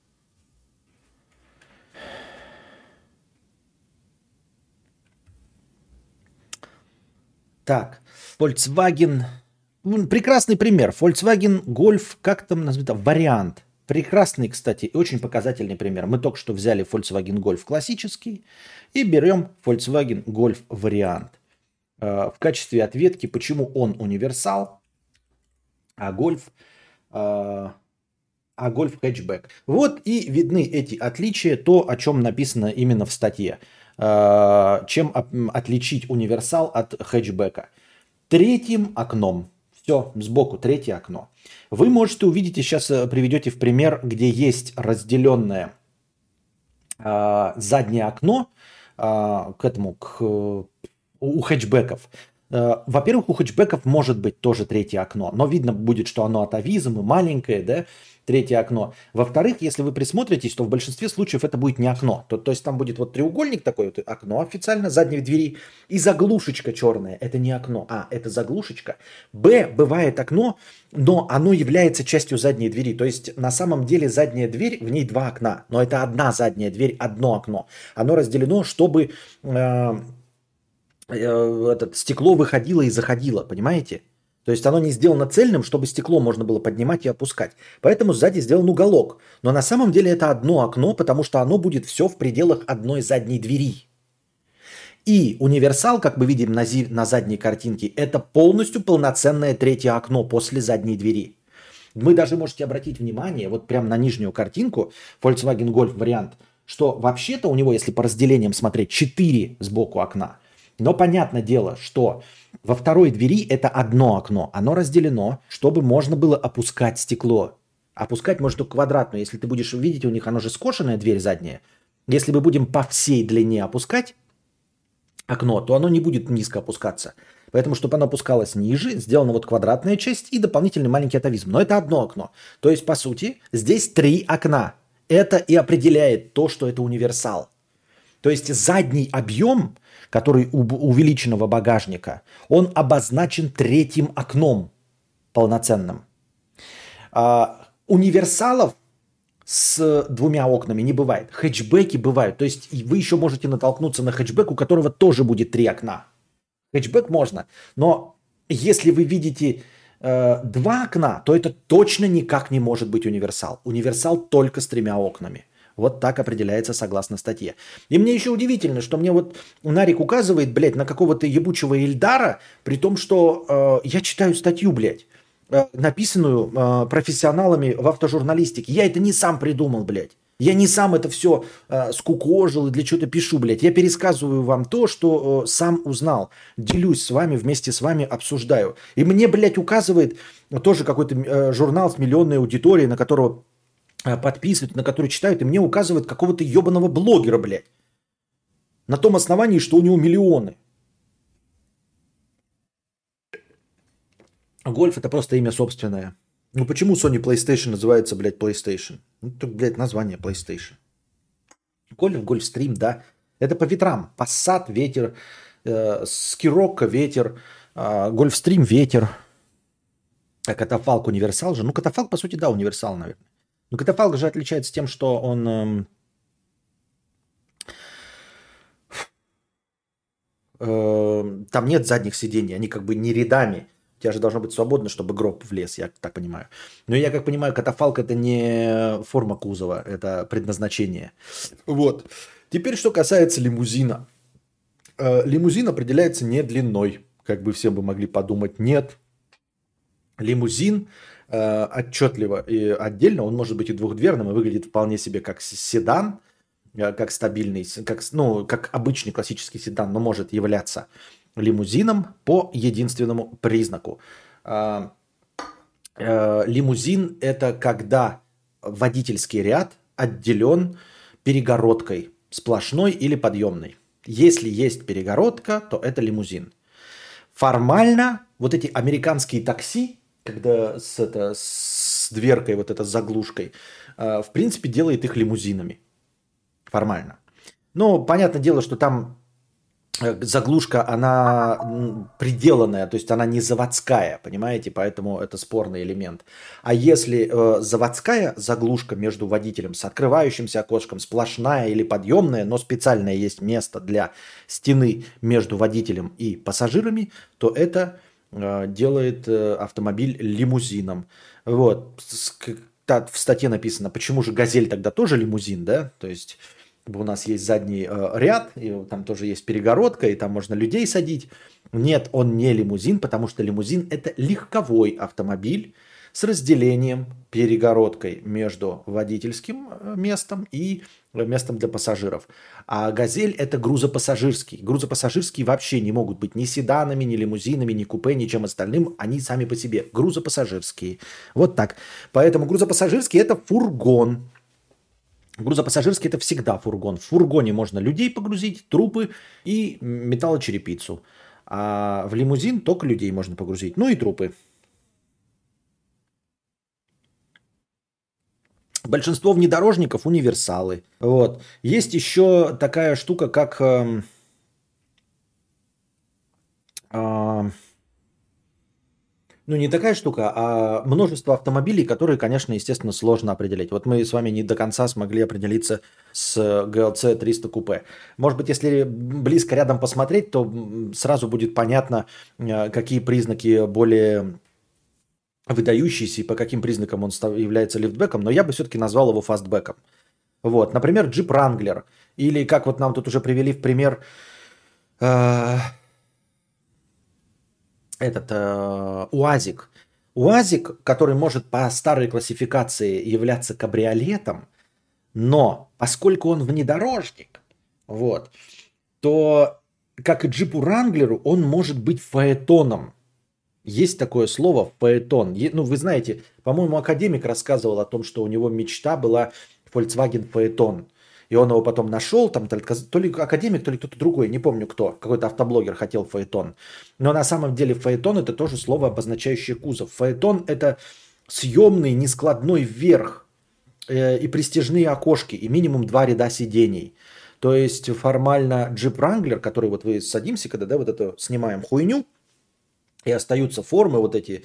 [SPEAKER 1] Так, Volkswagen. Прекрасный пример. Volkswagen Golf, как там называется, вариант. Прекрасный, кстати, и очень показательный пример. Мы только что взяли Volkswagen Golf классический и берем Volkswagen Golf вариант. В качестве ответки, почему он универсал, а Golf, хэтчбэк. Вот и видны эти отличия, то, о чем написано именно в статье. Чем отличить универсал от хэтчбэка. Третьим окном. Все, сбоку третье окно. Вы можете увидеть, и сейчас приведете в пример, где есть разделенное заднее окно у хэтчбеков. Во-первых, у хэтчбеков может быть тоже третье окно, но видно будет, что оно атовизм и маленькое, да, третье окно. Во-вторых, если вы присмотритесь, то в большинстве случаев это будет не окно. То есть там будет вот треугольник такой, вот окно официально, задней двери, и заглушечка черная. Это не окно, это заглушечка. Б, бывает окно, но оно является частью задней двери. То есть на самом деле задняя дверь, в ней два окна, но это одна задняя дверь, одно окно. Оно разделено, чтобы стекло выходило и заходило, понимаете? То есть оно не сделано цельным, чтобы стекло можно было поднимать и опускать. Поэтому сзади сделан уголок. Но на самом деле это одно окно, потому что оно будет все в пределах одной задней двери. И универсал, как мы видим на задней картинке, это полностью полноценное третье окно после задней двери. Вы даже можете обратить внимание, вот прямо на нижнюю картинку, Volkswagen Golf вариант, что вообще-то у него, если по разделениям смотреть, 4 сбоку окна.
[SPEAKER 2] Но понятное дело, что во второй двери это одно окно. Оно разделено, чтобы можно было опускать стекло. Опускать можно только квадратную. Если ты будешь видеть, у них оно же скошенная дверь задняя. Если мы будем по всей длине опускать окно, то оно не будет низко опускаться. Поэтому, чтобы оно опускалось ниже, сделана вот квадратная часть и дополнительный маленький атовизм. Но это одно окно. То есть, по сути, здесь 3 окна. Это и определяет то, что это универсал. То есть задний объем, который у увеличенного багажника, он обозначен третьим окном полноценным. Универсалов с 2 окнами не бывает. Хэтчбеки бывают. То есть вы еще можете натолкнуться на хэтчбек, у которого тоже будет 3 окна. Хэтчбек можно. Но если вы видите 2 окна, то это точно никак не может быть универсал. Универсал только с 3 окнами. Вот так определяется согласно статье. И мне еще удивительно, что мне вот Нарик указывает, блядь, на какого-то ебучего Ильдара, при том, что я читаю статью, блядь, написанную профессионалами в автожурналистике. Я это не сам придумал, блядь. Я не сам это все скукожил и для чего-то пишу, блядь. Я пересказываю вам то, что сам узнал. Делюсь с вами, вместе с вами обсуждаю. И мне, блядь, указывает тоже какой-то журнал с миллионной аудиторией, на которого подписывают, на который читают, и мне указывают какого-то ебаного блогера, блядь. На том основании, что у него миллионы. Гольф это просто имя собственное. Ну почему Sony PlayStation называется, блядь, PlayStation? Ну, тут, блядь, название PlayStation. Гольф, Гольфстрим, да. Это по ветрам. Passat, ветер, Скирокко, ветер, Гольфстрим, ветер. А катафалк универсал же. Ну, катафалк, по сути, да, универсал, наверное. Но катафалк же отличается тем, что он там нет задних сидений, они как бы не рядами. У тебя же должно быть свободно, чтобы гроб влез, я так понимаю. Но я как понимаю, катафалк это не форма кузова, это предназначение. Вот. Теперь, что касается лимузина. Лимузин определяется не длиной, как бы все бы могли подумать. Нет. Лимузин отчетливо и отдельно, он может быть и двухдверным, и выглядит вполне себе как седан, как стабильный, как, ну, как обычный классический седан, но может являться лимузином по единственному признаку. Лимузин – это когда водительский ряд отделен перегородкой, сплошной или подъемной. Если есть перегородка, то это лимузин. Формально вот эти американские такси, когда с дверкой, вот этой заглушкой, в принципе, делает их лимузинами. Формально. Но понятное дело, что там заглушка, она приделанная, то есть она не заводская, понимаете, поэтому это спорный элемент. А если заводская заглушка между водителем с открывающимся окошком, сплошная или подъемная, но специальное есть место для стены между водителем и пассажирами, то это делает автомобиль лимузином. Вот. В статье написано, почему же «Газель» тогда тоже лимузин, да, то есть у нас есть задний ряд, и там тоже есть перегородка, и там можно людей садить. Нет, он не лимузин, потому что лимузин – это легковой автомобиль с разделением, перегородкой между водительским местом и местом для пассажиров. А «Газель» – это грузопассажирский. Грузопассажирские вообще не могут быть ни седанами, ни лимузинами, ни купе, ничем остальным. Они сами по себе грузопассажирские. Вот так. Поэтому грузопассажирский – это фургон. Грузопассажирский – это всегда фургон. В фургоне можно людей погрузить, трупы и металлочерепицу. А в лимузин только людей можно погрузить. Ну и трупы. Большинство внедорожников – универсалы. Вот. Есть еще такая штука, как ну, не такая штука, а множество автомобилей, которые, конечно, естественно, сложно определить. Вот мы с вами не до конца смогли определиться с GLC 300 купе. Может быть, если близко рядом посмотреть, то сразу будет понятно, какие признаки более выдающиеся и по каким признакам он является лифтбеком, но я бы все-таки назвал его фастбеком. Вот, например, Jeep Wrangler. Или, как вот нам тут уже привели в пример, УАЗик. УАЗик, который может по старой классификации являться кабриолетом, но поскольку он внедорожник, вот, то как и джипу Ранглеру, он может быть фаэтоном. Есть такое слово фаэтон. Ну, вы знаете, по-моему, академик рассказывал о том, что у него мечта была Volkswagen фаэтон. И он его потом нашел, там то ли академик, то ли кто-то другой, не помню кто, какой-то автоблогер хотел фаэтон. Но на самом деле фаэтон это тоже слово, обозначающее кузов. Фаэтон это съемный нескладной верх и престижные окошки, и минимум 2 ряда сидений. То есть формально джип Wrangler, который вот вы садимся, когда да, вот это снимаем хуйню, и остаются формы вот эти,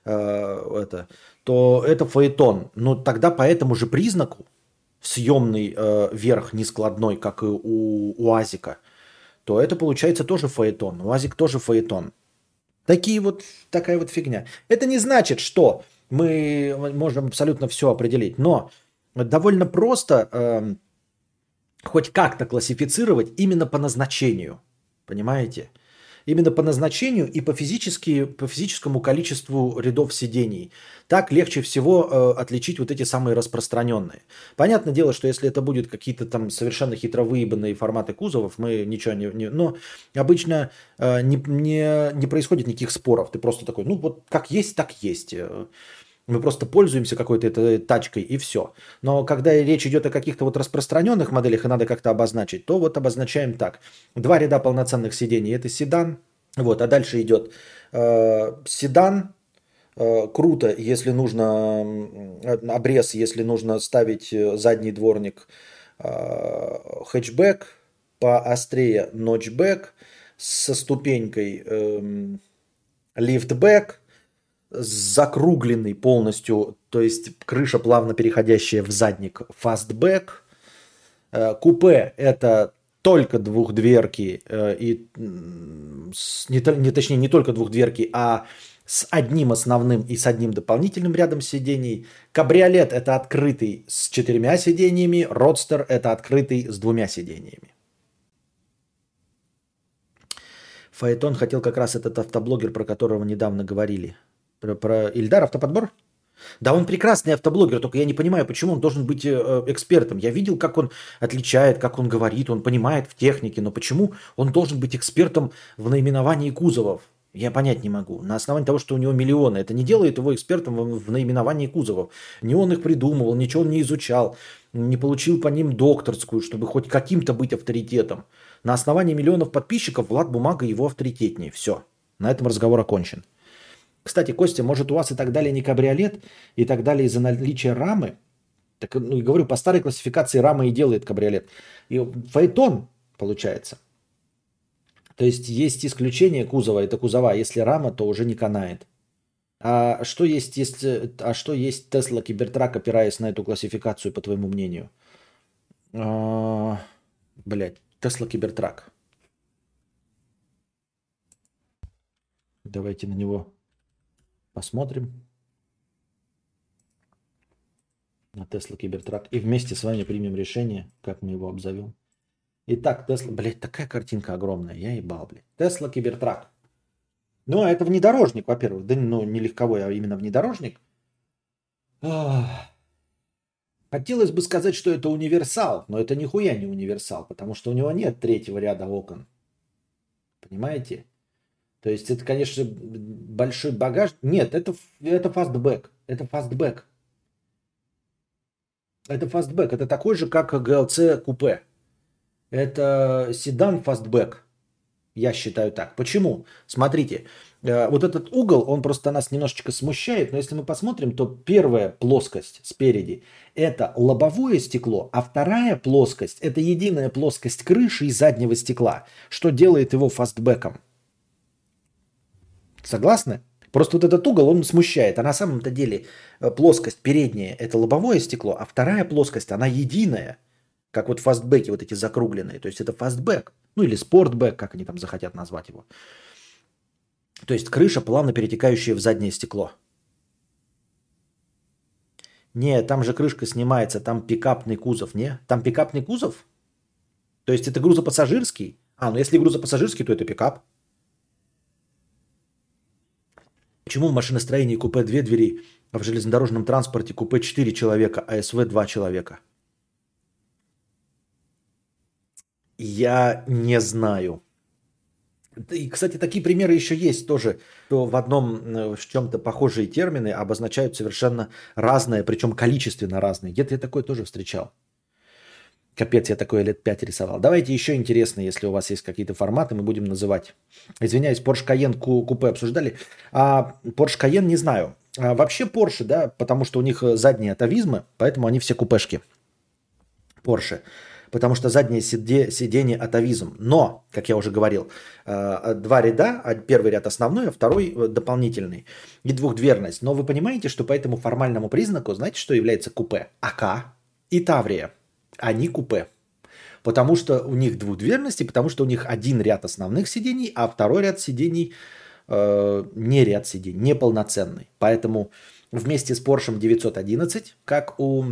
[SPEAKER 2] то это фаэтон. Но тогда по этому же признаку съемный верх нескладной, как и у УАЗика, то это получается тоже фаэтон. УАЗик тоже фаэтон. Такая вот фигня. Это не значит, что мы можем абсолютно все определить, но довольно просто хоть как-то классифицировать именно по назначению. Понимаете? Именно по назначению и по физическому количеству рядов сидений. Так легче всего отличить вот эти самые распространенные. Понятное дело, что если это будут какие-то там совершенно хитро выебанные форматы кузовов, мы ничего не... Но обычно не происходит никаких споров. Ты просто такой, ну вот как есть, так есть. Мы просто пользуемся какой-то этой тачкой и все. Но когда речь идет о каких-то вот распространенных моделях и надо как-то обозначить, то вот обозначаем так. 2 ряда полноценных сидений – это седан. Вот, а дальше идет седан. Круто, если нужно обрез, если нужно ставить задний дворник, хэтчбэк, поострее нотчбэк, со ступенькой лифтбэк, закругленный полностью, то есть крыша плавно переходящая в задник, фастбэк. Купе – это только двухдверки, точнее не только двухдверки, а с одним основным и с одним дополнительным рядом сидений. Кабриолет – это открытый с 4 сидениями, родстер – это открытый с 2 сидениями. Фаэтон хотел как раз этот автоблогер, про которого недавно говорили. Про Ильдар автоподбор? Да, он прекрасный автоблогер, только я не понимаю, почему он должен быть экспертом. Я видел, как он отличает, как он говорит, он понимает в технике, но почему он должен быть экспертом в наименовании кузовов? Я понять не могу. На основании того, что у него миллионы, это не делает его экспертом в наименовании кузовов. Не он их придумывал, ничего он не изучал, не получил по ним докторскую, чтобы хоть каким-то быть авторитетом. На основании миллионов подписчиков Влад Бумага его авторитетнее. Все. На этом разговор окончен. Кстати, Костя, может у вас и так далее не кабриолет, и так далее из-за наличия рамы? Так, ну, говорю, по старой классификации рама и делает кабриолет. И фаэтон получается. То есть есть исключение кузова, это кузова. Если рама, то уже не канает. А что есть Tesla Cybertruck, опираясь на эту классификацию, по твоему мнению? Блять, Tesla Cybertruck. Давайте на него посмотрим. На Tesla Cybertruck. И вместе с вами примем решение, как мы его обзовем. Итак, Tesla... Блять, такая картинка огромная. Я ебал, блядь. Tesla Cybertruck. Ну, а это внедорожник, во-первых. Да, ну, не легковой, а именно внедорожник. Хотелось бы сказать, что это универсал, но это нихуя не универсал, потому что у него нет 3-го ряда окон. Понимаете? То есть это, конечно, большой багаж. Нет, это фастбэк. Это фастбэк. Это фастбэк. Это такой же, как GLC купе. Это седан фастбэк. Я считаю так. Почему? Смотрите, вот этот угол, он просто нас немножечко смущает, но если мы посмотрим, то первая плоскость спереди – это лобовое стекло, а вторая плоскость – это единая плоскость крыши и заднего стекла, что делает его фастбэком. Согласны? Просто вот этот угол, он смущает. А на самом-то деле плоскость передняя – это лобовое стекло, а вторая плоскость, она единая. Как вот фастбэки вот эти закругленные. То есть это фастбэк. Ну или спортбэк, как они там захотят назвать его. То есть крыша, плавно перетекающая в заднее стекло. Не, там же крышка снимается, там пикапный кузов. Не, там пикапный кузов? То есть это грузопассажирский? Ну если грузопассажирский, то это пикап. Почему в машиностроении купе 2 двери, а в железнодорожном транспорте купе 4 человека, а СВ 2 человека? Я не знаю. И, кстати, такие примеры еще есть тоже, что в одном, в чем-то похожие термины обозначают совершенно разное, причем количественно разные. Где-то я такое тоже встречал. Капец, я такое лет 5 рисовал. Давайте еще интересно, если у вас есть какие-то форматы, мы будем называть. Извиняюсь, Porsche Cayenne купе обсуждали. А Porsche Cayenne не знаю. А вообще Porsche, да, потому что у них задние атовизмы, поэтому они все купешки. Porsche. Потому что заднее сиденье атовизм. Но, как я уже говорил, два ряда, первый ряд основной, а второй дополнительный. И двухдверность. Но вы понимаете, что по этому формальному признаку, знаете, что является купе? АК и Таврия. Они купе. Потому что у них двухдверность, и потому что у них один ряд основных сидений, а второй ряд сидений не ряд сидений, неполноценный. Поэтому вместе с Porsche 911, как у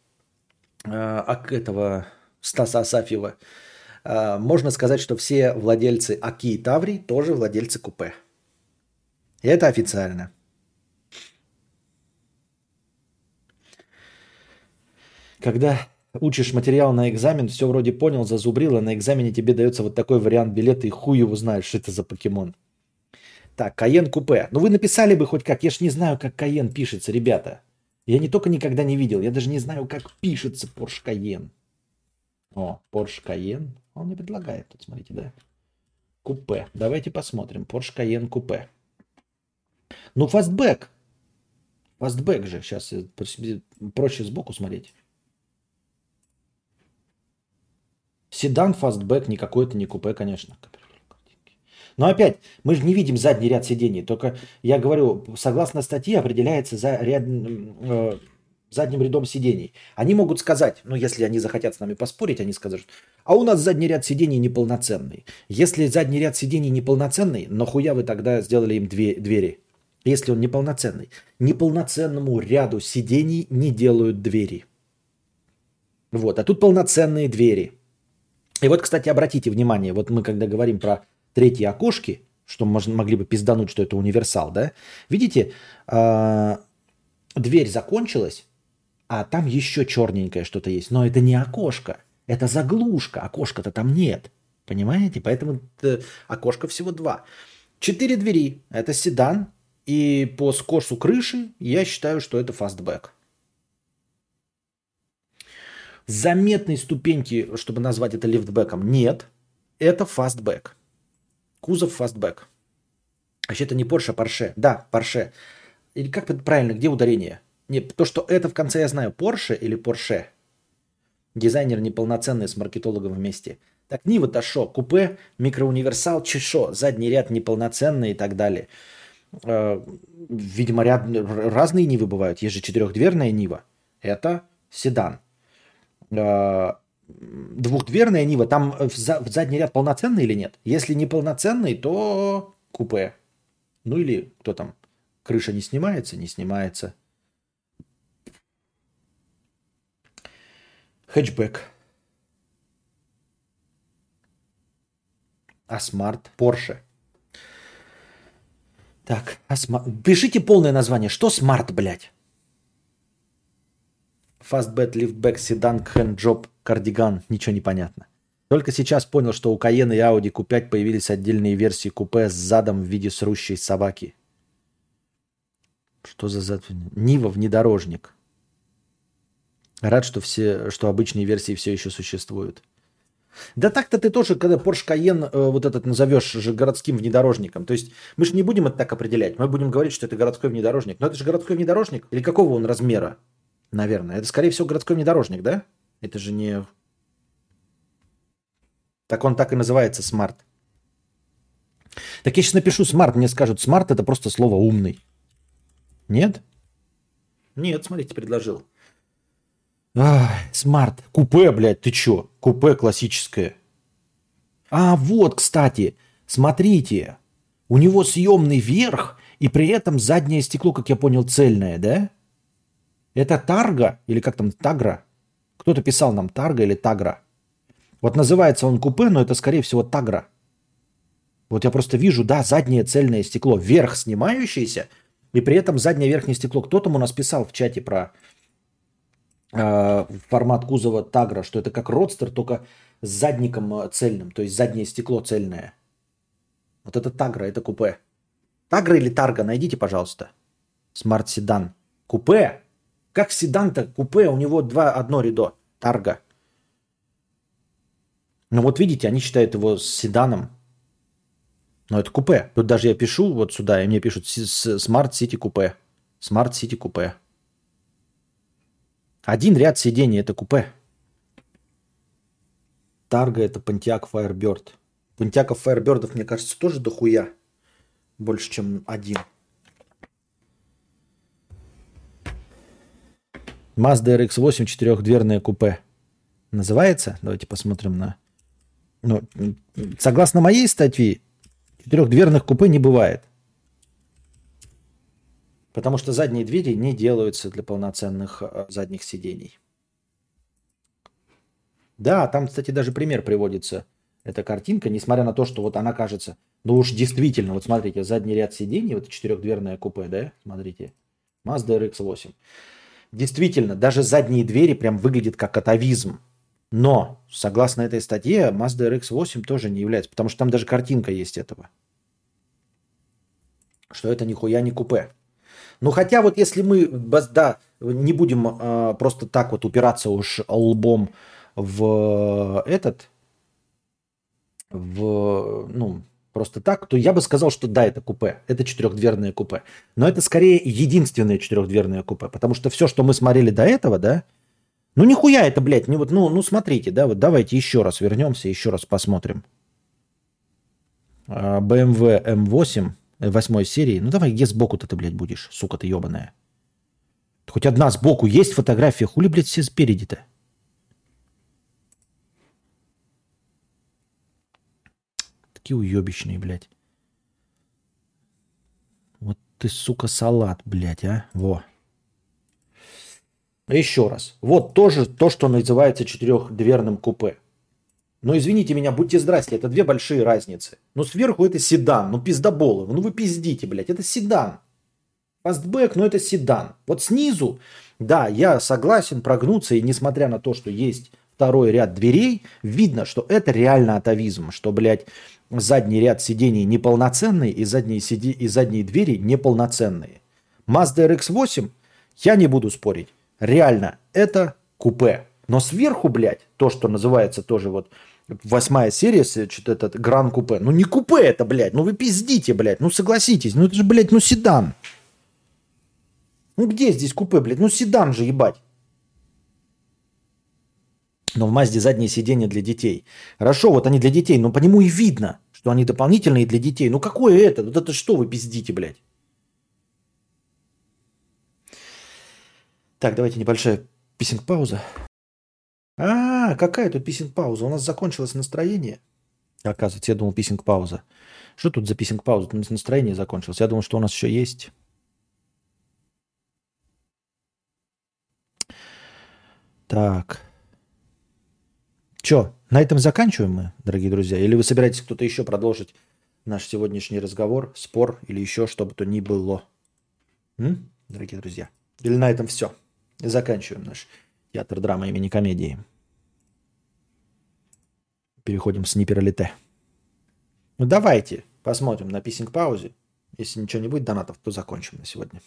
[SPEAKER 2] этого Стаса Асафьева, можно сказать, что все владельцы Аки и Таврий тоже владельцы купе. И это официально. Когда учишь материал на экзамен, все вроде понял, зазубрил, а на экзамене тебе дается вот такой вариант билета, и хуй его знаешь, что это за покемон. Так, Каен купе. Ну вы написали бы хоть как. Я ж не знаю, как Каен пишется, ребята. Я не только никогда не видел, я даже не знаю, как пишется Porsche Cayenne. О, Porsche Cayenne. Он мне предлагает тут, смотрите, да? Купе. Давайте посмотрим. Porsche Cayenne купе. Ну, фастбэк. Фастбэк же. Сейчас проще сбоку смотреть. Седан, фастбэк, никакой это не купе, конечно. Но опять, мы же не видим задний ряд сидений. Только я говорю, согласно статье определяется задним рядом сидений. Они могут сказать, ну если они захотят с нами поспорить, они скажут, а у нас задний ряд сидений неполноценный. Если задний ряд сидений неполноценный, нахуя вы тогда сделали им двери? Если он неполноценный. Неполноценному ряду сидений не делают двери. Вот, а тут полноценные двери. И вот, кстати, обратите внимание, вот мы когда говорим про третьи окошки, что могли бы пиздануть, что это универсал, да? Видите, дверь закончилась, а там еще черненькое что-то есть. Но это не окошко, это заглушка. Окошка-то там нет. Понимаете? Поэтому окошко всего 2. 4 двери. Это седан. И по скосу крыши я считаю, что это фастбэк. Заметной ступеньки, чтобы назвать это лифтбэком, нет. Это фастбэк. Кузов фастбэк. Вообще это не Porsche, а Porsche. Да, Porsche. Или как это правильно, где ударение? Нет, то, что это в конце я знаю, Porsche или Porsche. Дизайнер неполноценный с маркетологом вместе. Так, Нива-то шо? Купе, микроуниверсал, чешо, задний ряд неполноценный и так далее. Видимо, разные Нивы бывают. Есть же 4-дверная Нива. Это седан. Двухдверная Нива, там в задний ряд полноценный или нет? Если не полноценный, то купе. Ну или кто там? Крыша не снимается? Не снимается. Хэтчбэк. А смарт? Порше. Так, пишите полное название. Что смарт, блядь? Фастбэт, лифтбэк, седан, хэнджоп, кардиган. Ничего не понятно. Только сейчас понял, что у Cayenne и Audi Q5 появились отдельные версии купе с задом в виде срущей собаки. Что за зад? Нива внедорожник. Рад, что обычные версии все еще существуют. Да так-то ты тоже, когда Porsche Cayenne вот этот назовешь же городским внедорожником. То есть мы же не будем это так определять. Мы будем говорить, что это городской внедорожник. Но это же городской внедорожник? Или какого он размера? Наверное. Это, скорее всего, городской внедорожник, да? Это же не... Так он так и называется, смарт. Так я сейчас напишу смарт, мне скажут, смарт это просто слово умный. Нет? Нет, смотрите, предложил. Смарт. Купе, блядь, ты чё? Купе классическое. А, вот, кстати, смотрите. У него съемный верх, и при этом заднее стекло, как я понял, цельное, да? Это Тарга, или как там, Тагра? Кто-то писал нам Тарга или Тагра. Вот называется он купе, но это, скорее всего, Тагра. Вот я просто вижу, да, заднее цельное стекло, верх снимающееся, и при этом заднее верхнее стекло. Кто там у нас писал в чате про формат кузова Тагра, что это как родстер, только с задником цельным, то есть заднее стекло цельное. Вот это Тагра, это купе. Тагра или Тарга, найдите, пожалуйста. Смарт-седан. Купе? Как седан-то купе? У него одно рядо. Тарга. Ну вот видите, они считают его седаном. Но это купе. Тут даже я пишу вот сюда, и мне пишут Smart City купе. Smart City купе. Один ряд сидений – это купе. Тарга – это Pontiac Firebird. Pontiac'ов Firebird'ов, мне кажется, тоже дохуя. Больше, чем один. Mazda RX-8 четырехдверное купе. Называется? Давайте посмотрим на... Ну, согласно моей статье, четырехдверных купе не бывает. Потому что задние двери не делаются для полноценных задних сидений. Да, там, кстати, даже пример приводится. Эта картинка, несмотря на то, что вот она кажется... Ну уж действительно, вот смотрите, задний ряд сидений, вот четырехдверное купе, да, смотрите. Mazda RX-8. Действительно, даже задние двери прям выглядят как атовизм. Но, согласно этой статье, Mazda RX-8 тоже не является, потому что там даже картинка есть этого. Что это нихуя не купе. Ну, хотя вот если мы, да, не будем просто так вот упираться уж лбом ну, просто так, то я бы сказал, что да, это купе, это четырехдверное купе. Но это скорее единственное четырехдверное купе, потому что все, что мы смотрели до этого, да, ну нихуя это, блядь, не вот, ну смотрите, да, вот давайте еще раз вернемся, еще раз посмотрим. BMW M8 8 серии, ну давай, где сбоку-то ты, блядь, будешь, сука ты ебаная. Хоть одна сбоку есть фотография, хули, блядь, все спереди-то? Такие уебищные, блядь. Вот ты, сука, салат, блядь, а? Во. Еще раз. Вот тоже то, что называется четырехдверным купе. Но извините меня, будьте здрасте, это две большие разницы. Ну сверху это седан, ну пиздоболы, ну вы пиздите, блядь, это седан. Фастбэк, но это седан. Вот снизу, да, я согласен прогнуться, и несмотря на то, что есть второй ряд дверей, видно, что это реально атовизм, что, блядь, задний ряд сидений неполноценный и задние двери неполноценные. Mazda RX-8, я не буду спорить, реально, это купе. Но сверху, блядь, то, что называется тоже вот 8 серия, что-то этот гран-купе. Ну не купе это, блядь, ну вы пиздите, блядь, ну согласитесь, ну это же, блядь, ну седан. Ну где здесь купе, блядь, ну седан же, ебать. Но в Мазде задние сиденья для детей. Хорошо, вот они для детей, но по нему и видно, что они дополнительные для детей. Ну какое это? Вот это что вы пиздите, блядь? Так, давайте небольшая писинг-пауза. Какая тут писинг-пауза? У нас закончилось настроение. Оказывается, я думал писинг-пауза. Что тут за писинг-пауза? Тут настроение закончилось. Я думал, что у нас еще есть. Так. Че, на этом заканчиваем мы, дорогие друзья? Или вы собираетесь кто-то еще продолжить наш сегодняшний разговор, спор или еще что бы то ни было? Дорогие друзья. Или на этом все. Заканчиваем наш театр драмы имени комедии. Переходим с Ниперолите. Ну давайте посмотрим на писинг-паузе. Если ничего не будет донатов, то закончим на сегодня.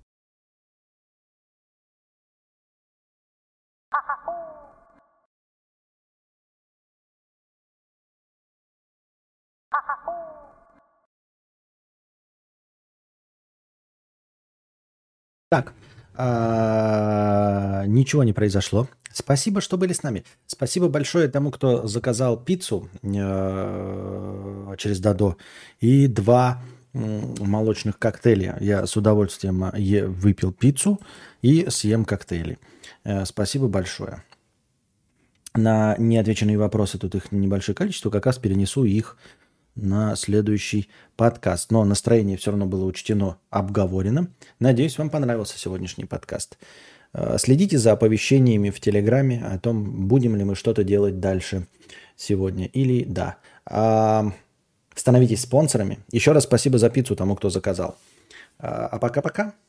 [SPEAKER 2] Так, ничего не произошло. Спасибо, что были с нами. Спасибо большое тому, кто заказал пиццу через Додо и 2 молочных коктейля. Я с удовольствием выпил пиццу и съем коктейли. Спасибо большое. На неотвеченные вопросы, тут их небольшое количество, как раз перенесу их на следующий подкаст. Но настроение все равно было учтено, обговорено. Надеюсь, вам понравился сегодняшний подкаст. Следите за оповещениями в Телеграме о том, будем ли мы что-то делать дальше сегодня или да. Становитесь спонсорами. Еще раз спасибо за пиццу тому, кто заказал. А пока-пока.